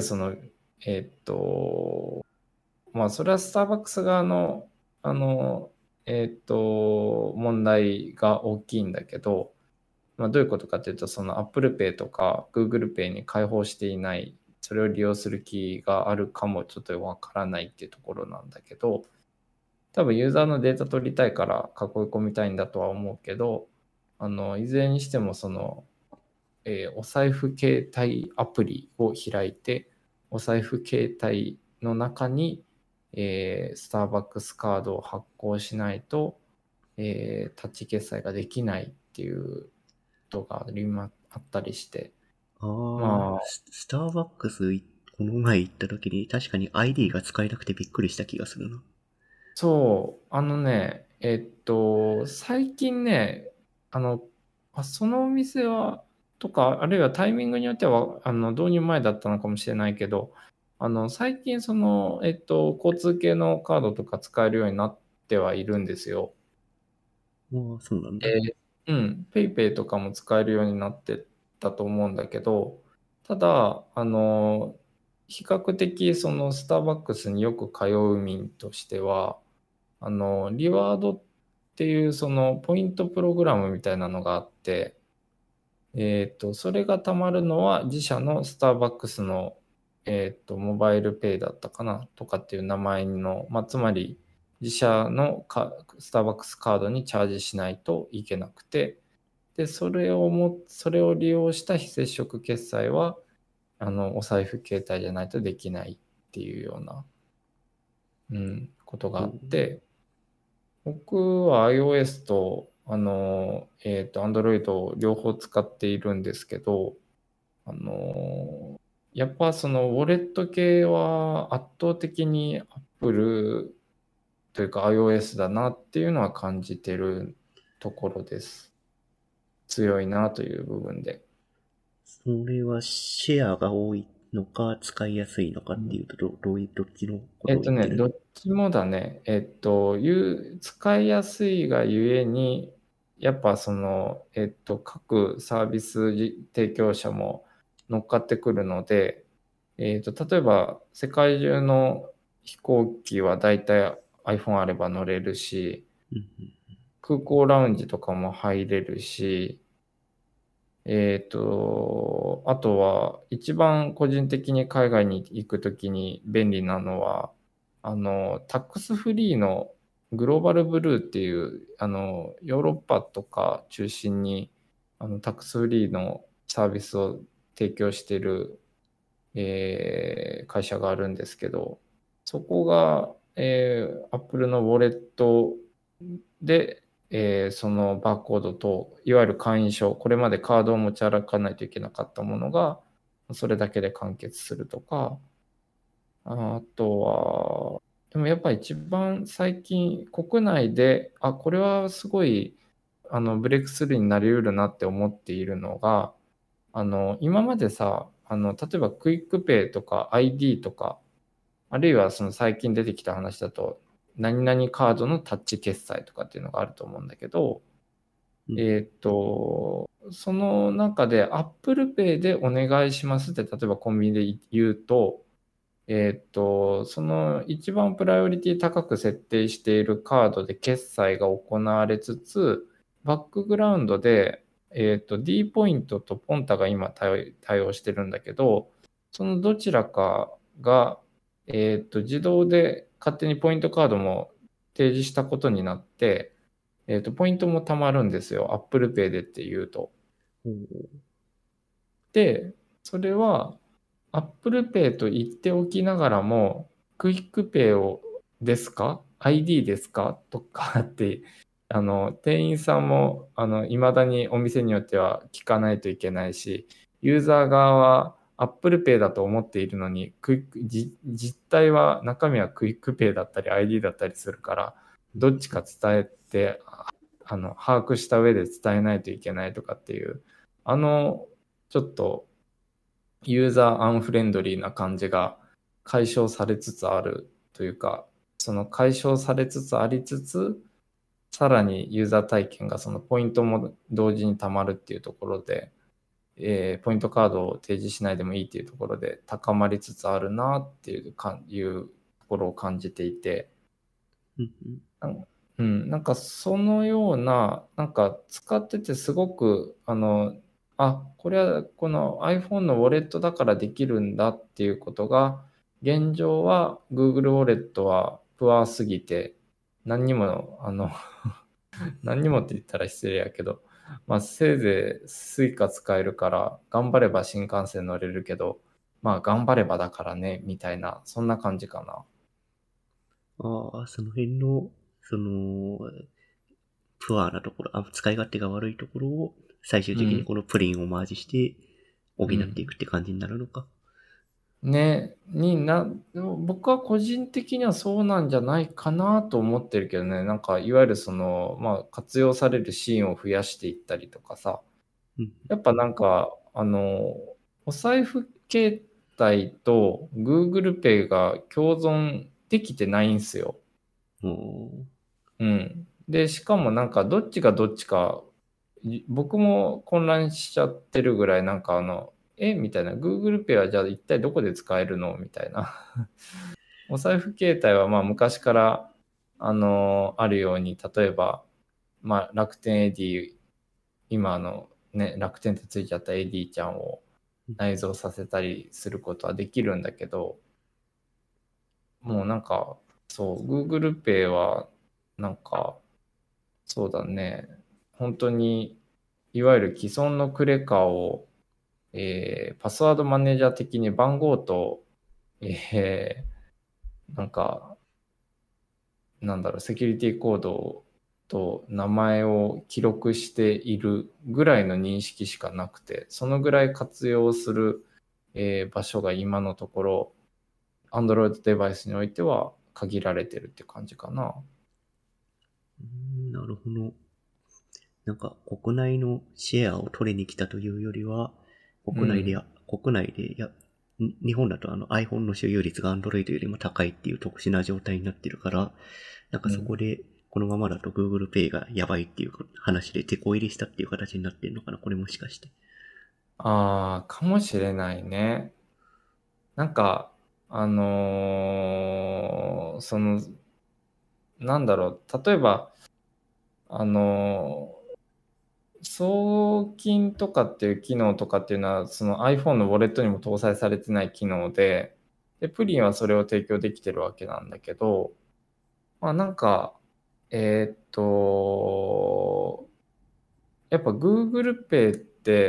Speaker 2: まあ、それはスターバックス側の、あの、問題が大きいんだけど、まあ、どういうことかというと、その Apple Pay とか Google Pay に開放していない、それを利用する気があるかもちょっとわからないっていうところなんだけど、多分ユーザーのデータ取りたいから囲い込みたいんだとは思うけど、いずれにしてもお財布携帯アプリを開いて、お財布携帯の中に、スターバックスカードを発行しないと、タッチ決済ができないっていうことがあったりして、まあ、
Speaker 1: スターバックスこの前行った時に確かに ID が使えなくてびっくりした気がするな。
Speaker 2: そう、最近ね、あの、そのお店は、とか、あるいはタイミングによっては、導入前だったのかもしれないけど、最近、交通系のカードとか使えるようになってはいるんですよ。
Speaker 1: そうなんだ。
Speaker 2: うん、ペイペイとかも使えるようになってたと思うんだけど、ただ、比較的、スターバックスによく通う民としては、リワードっていうそのポイントプログラムみたいなのがあって、それがたまるのは自社のスターバックスの、モバイルペイだったかなとかっていう名前の、まあ、つまり自社のスターバックスカードにチャージしないといけなくて、で、それを利用した非接触決済は、お財布携帯じゃないとできないっていうような、うん、ことがあっ
Speaker 1: うん。
Speaker 2: て、僕は iOS と、Android を両方使っているんですけど、あの、やっぱそのウォレット系は圧倒的に Apple というか iOS だなっていうのは感じてるところです。強いなという部分で。
Speaker 1: それはシェアが多いのか、使いやすいのかっていうと、どっちのことを言ってるの？
Speaker 2: どっちもだね。使いやすいがゆえに、やっぱ各サービス提供者も乗っかってくるので、例えば世界中の飛行機はだいたい iPhone あれば乗れるし、
Speaker 1: うん。
Speaker 2: 空港ラウンジとかも入れるし、あとは、一番個人的に海外に行くときに便利なのは、タックスフリーのグローバルブルーっていう、ヨーロッパとか中心に、タックスフリーのサービスを提供している、会社があるんですけど、そこが、Apple のウォレットで、そのバーコードと、いわゆる会員証、これまでカードを持ち歩かないといけなかったものが、それだけで完結するとか、あとは、でもやっぱり一番最近、国内で、これはすごいブレイクスルーになりうるなって思っているのが、今までさ、例えばクイックペイとか ID とか、あるいはその最近出てきた話だと、何々カードのタッチ決済とかっていうのがあると思うんだけど、その中で Apple Pay でお願いしますって、例えばコンビニで言うと、その一番プライオリティ高く設定しているカードで決済が行われつつ、バックグラウンドで、D ポイントとポンタが今対応してるんだけど、そのどちらかが、自動で勝手にポイントカードも提示したことになって、ポイントも貯まるんですよ。Apple Pay でっていうと。で、それは Apple Pay と言っておきながらも、クイックペイをですか ?ID ですかとかって、店員さんも、未だにお店によっては聞かないといけないし、ユーザー側は Apple Pay だと思っているのに、実態は、中身はクイックペイだったり ID だったりするから、どっちか伝えて、把握した上で伝えないといけないとかっていう、ちょっとユーザーアンフレンドリーな感じが解消されつつあるというか、その解消されつつありつつ、さらにユーザー体験がそのポイントも同時に貯まるっていうところで、ポイントカードを提示しないでもいいっていうところで高まりつつあるなっていうところを感じていて、なんかそのような、なんか使っててすごく、これはこの iPhone のウォレットだからできるんだっていうことが、現状は Google ウォレットはプアすぎて、何にも、何にもって言ったら失礼やけど、まあせいぜい Suica 使えるから、頑張れば新幹線乗れるけど、まあ頑張ればだからね、みたいな、そんな感じかな。
Speaker 1: ああ、その辺の、その、プアなところ、使い勝手が悪いところを、最終的にこのプリンをマージして、補っていくって感じになるのか。
Speaker 2: ね、僕は個人的にはそうなんじゃないかなと思ってるけどね、なんかいわゆるその、まあ活用されるシーンを増やしていったりとかさ、やっぱなんか、お財布携帯と Google Pay が共存できてないんすよ。うん。で、しかもなんかどっちがどっちか、僕も混乱しちゃってるぐらい、なんかみたいな、Google Pay はじゃあ一体どこで使えるのみたいな。お財布携帯はまあ昔から、あるように、例えば、まあ楽天 AD、今ね、楽天ってついちゃった AD ちゃんを内蔵させたりすることはできるんだけど、もうなんか、そう、Google Pay は、なんか、そうだね、本当に、いわゆる既存のクレカを、パスワードマネージャー的に番号と、なんか、なんだろう、セキュリティコードと名前を記録しているぐらいの認識しかなくて、そのぐらい活用する、場所が今のところ、Android デバイスにおいては限られてるって感じかな。
Speaker 1: なるほど。なんか国内のシェアを取りに来たというよりは、国内で、日本だとiPhone の所有率が Android よりも高いっていう特殊な状態になってるから、なんかそこでこのままだと Google Pay がやばいっていう話で手こ入れしたっていう形になってるのかな、これもしかして。
Speaker 2: ああ、かもしれないね。なんか、なんだろう、例えば、あのー送金とかっていう機能とかっていうのは、その iPhone のウォレットにも搭載されてない機能で、プリンはそれを提供できてるわけなんだけど、まあなんか、やっぱ Google Pay って、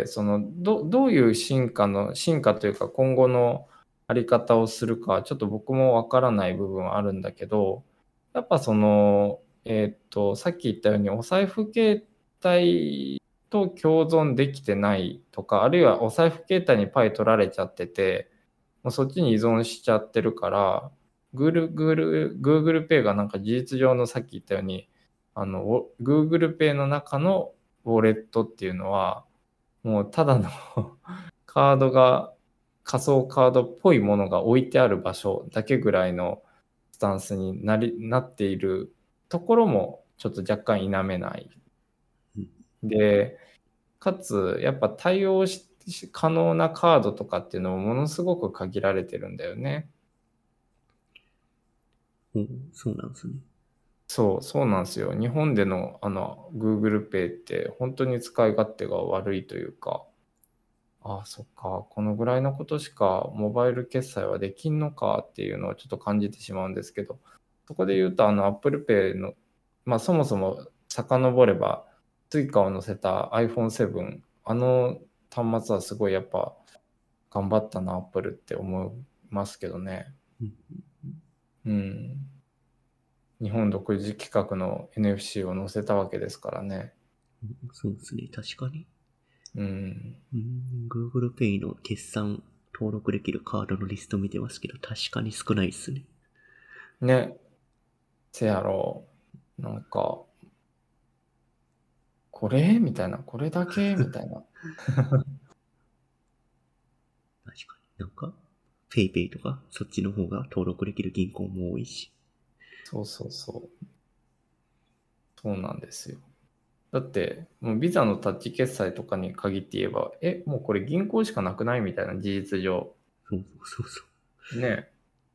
Speaker 2: どういう進化というか今後のあり方をするか、ちょっと僕もわからない部分はあるんだけど、やっぱさっき言ったようにお財布携帯と共存できてないとか、あるいはお財布携帯にパイ取られちゃってて、もうそっちに依存しちゃってるから、Google Pay がなんか事実上のさっき言ったように、 Google Pay の中のウォレットっていうのは、もうただのカードが、仮想カードっぽいものが置いてある場所だけぐらいのスタンスになっているところもちょっと若干否めない。で、かつ、やっぱ対応可能なカードとかっていうのもものすごく限られてるんだよね。
Speaker 1: そうなんですね。
Speaker 2: そうなんですよ。日本でのGoogle Pay って本当に使い勝手が悪いというか、そっか、このぐらいのことしかモバイル決済はできんのかっていうのをちょっと感じてしまうんですけど、そこで言うとApple Pay の、そもそも遡れば、Suica を載せた iPhone7、端末はすごいやっぱ頑張ったな、Apple って思いますけどね。うん。日本独自規格の NFC を載せたわけですからね。
Speaker 1: そうですね、確かに。
Speaker 2: うん。
Speaker 1: Google Pay の決算登録できるカードのリスト見てますけど、確かに少ないですね。
Speaker 2: ね。せやろう。なんか、これみたいな。これだけみたいな。
Speaker 1: 確かに。なんか、PayPay とか、そっちの方が登録できる銀行も多いし。
Speaker 2: そう。そうなんですよ。だって、もうビザのタッチ決済とかに限って言えば、もうこれ銀行しかなくないみたいな事実上。
Speaker 1: そう。
Speaker 2: ね。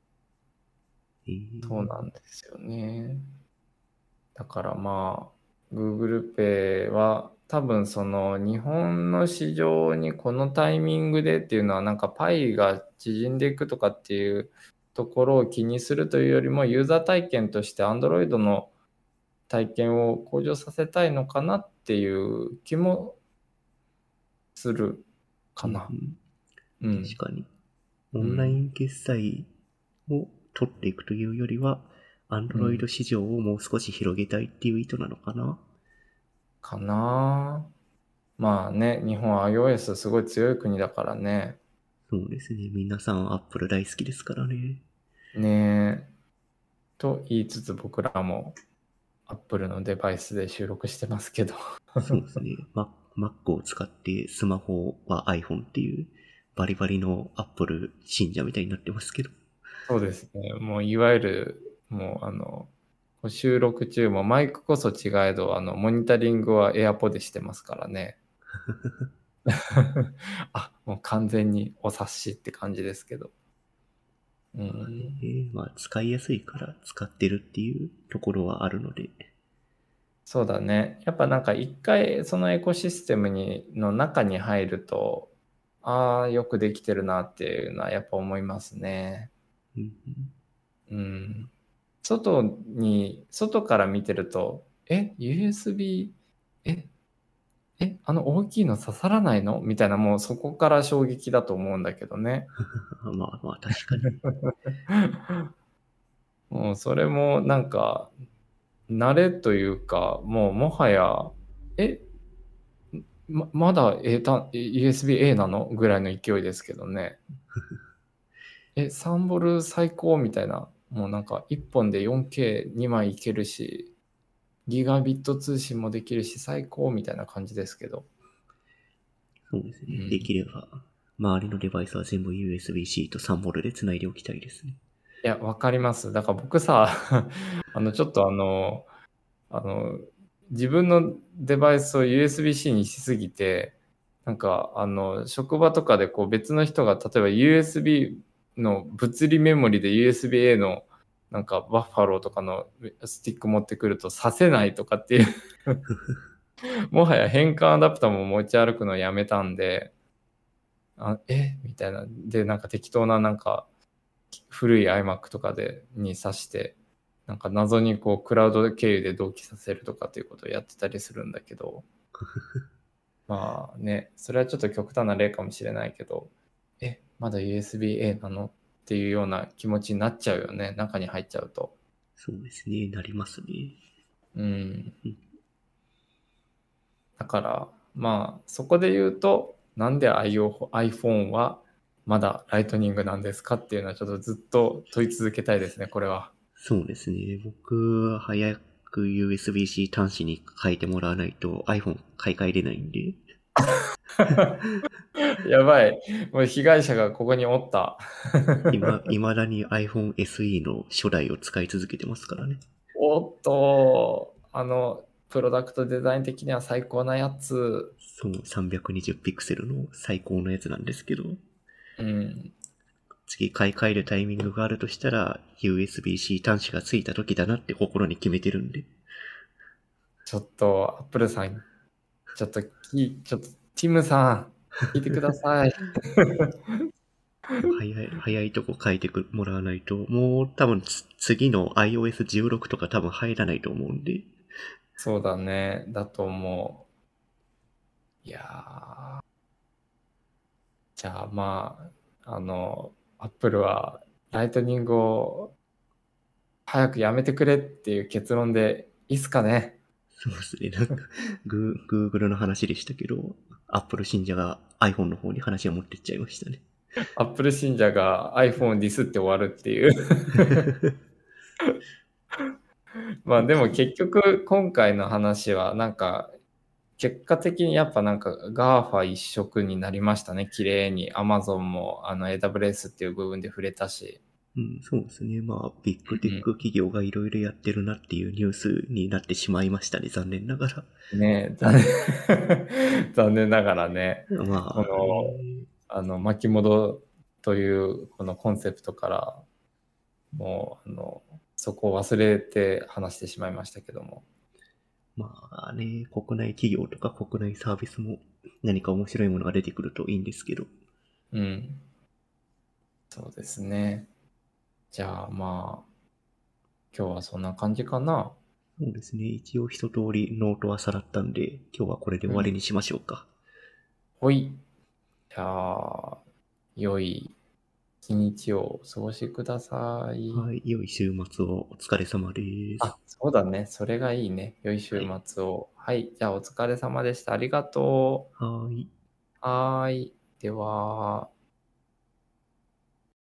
Speaker 2: そうなんですよね。だからGoogle Pay は多分その日本の市場にこのタイミングでっていうのはなんかパイが縮んでいくとかっていうところを気にするというよりもユーザー体験として Android の体験を向上させたいのかなっていう気もするかな。
Speaker 1: 確かに。オンライン決済を取っていくというよりは、Android 市場をもう少し広げたいっていう意図なのかな。
Speaker 2: かな。まあね、日本は iOS すごい強い国だからね。
Speaker 1: そうですね。皆さん Apple 大好きですからね。
Speaker 2: ねえ。と言いつつ僕らも Apple のデバイスで収録してますけど。
Speaker 1: そうですね。Mac を使ってスマホは iPhone っていうバリバリの Apple 信者みたいになってますけど。
Speaker 2: そうですね。もういわゆる、もう収録中もマイクこそ違えど、モニタリングは AirPod でしてますからね。もう完全にお察しって感じですけど。
Speaker 1: 使いやすいから使ってるっていうところはあるので。
Speaker 2: そうだね。やっぱなんか一回そのエコシステムの中に入ると、よくできてるなっていうのはやっぱ思いますね。外から見てると、USB、大きいの刺さらないのみたいな、もうそこから衝撃だと思うんだけどね。
Speaker 1: 確かに。
Speaker 2: もうそれもなんか、慣れというか、もはや、まだ USB-A なのぐらいの勢いですけどね。3ボル最高みたいな。もうなんか1本で 4K2 枚いけるし、ギガビット通信もできるし、最高みたいな感じですけど。
Speaker 1: そうですね。できれば、周りのデバイスは全部 USB-C と3ボルで繋いでおきたいですね。
Speaker 2: いや、わかります。だから僕さ、ちょっと自分のデバイスを USB-C にしすぎて、なんか、職場とかでこう別の人が、例えば USB の物理メモリで USB-A のなんかバッファローとかのスティック持ってくるとさせないとかっていうもはや変換アダプターも持ち歩くのやめたんで、みたいな。で、なんか適当ななんか古い iMac とかに挿して、なんか謎にこうクラウド経由で同期させるとかっていうことをやってたりするんだけど、まあね、それはちょっと極端な例かもしれないけど、まだ USB-A なのっていうような気持ちになっちゃうよね、中に入っちゃうと。
Speaker 1: そうですね、なりますね。
Speaker 2: だから、そこで言うと、なんで iPhone はまだライトニングなんですかっていうのはちょっとずっと問い続けたいですね、これは。
Speaker 1: そうですね。僕、 USB-C 端子に変えてもらわないと iPhone 買い替えれないんで。
Speaker 2: やばい。もう被害者がここにおった。
Speaker 1: 未だに iPhone SE の初代を使い続けてますからね。
Speaker 2: おっと、プロダクトデザイン的には最高なやつ。
Speaker 1: そう、320ピクセルの最高のやつなんですけど、
Speaker 2: うん。
Speaker 1: 次買い替えるタイミングがあるとしたら、USB-C 端子がついた時だなって心に決めてるんで。
Speaker 2: ちょっと、アップルさん、ちょっと、ティムさん、聞いてください。
Speaker 1: 早いとこ書いてもらわないと、もう多分次の iOS16 とか多分入らないと思うんで。
Speaker 2: そうだね。だと思う。いやー。じゃあまあ、アップルはライトニングを早くやめてくれっていう結論でいいっすかね。
Speaker 1: そうですね。なんか、Google の話でしたけど、Apple 信者が iPhone の方に話を持ってっちゃいましたね。
Speaker 2: アップル信者が iPhone をディスって終わるっていうまあでも結局今回の話はなんか結果的にやっぱなんか GAFA 一色になりましたね。綺麗に Amazon もAWS っていう部分で触れたし。
Speaker 1: うん、そうですね。まあ、ビッグテッ
Speaker 2: うん
Speaker 1: ク企業がいろいろやってるなっていうニュースになってしまいましたね。残念ながら。
Speaker 2: ねえ、残念残念ながらね、こ
Speaker 1: まあね。
Speaker 2: 巻き戻というこのコンセプトから、もう、そこを忘れて話してしまいましたけども。
Speaker 1: まあね、国内企業とか国内サービスも何か面白いものが出てくるといいんですけど。
Speaker 2: うん。そうですね。じゃあまあ、今日はそんな感じかな。
Speaker 1: そうですね。一応一通りノートはさらったんで、今日はこれで終わりにしましょうか。
Speaker 2: ほい。じゃあ、良い一日をお過ごしください。
Speaker 1: はい。良い週末をお疲れ様です。
Speaker 2: あ、そうだね。それがいいね。良い週
Speaker 1: はい。
Speaker 2: 末を。はい。じゃあ、お疲れ様でした。ありがと
Speaker 1: はい。
Speaker 2: う。はーい。では。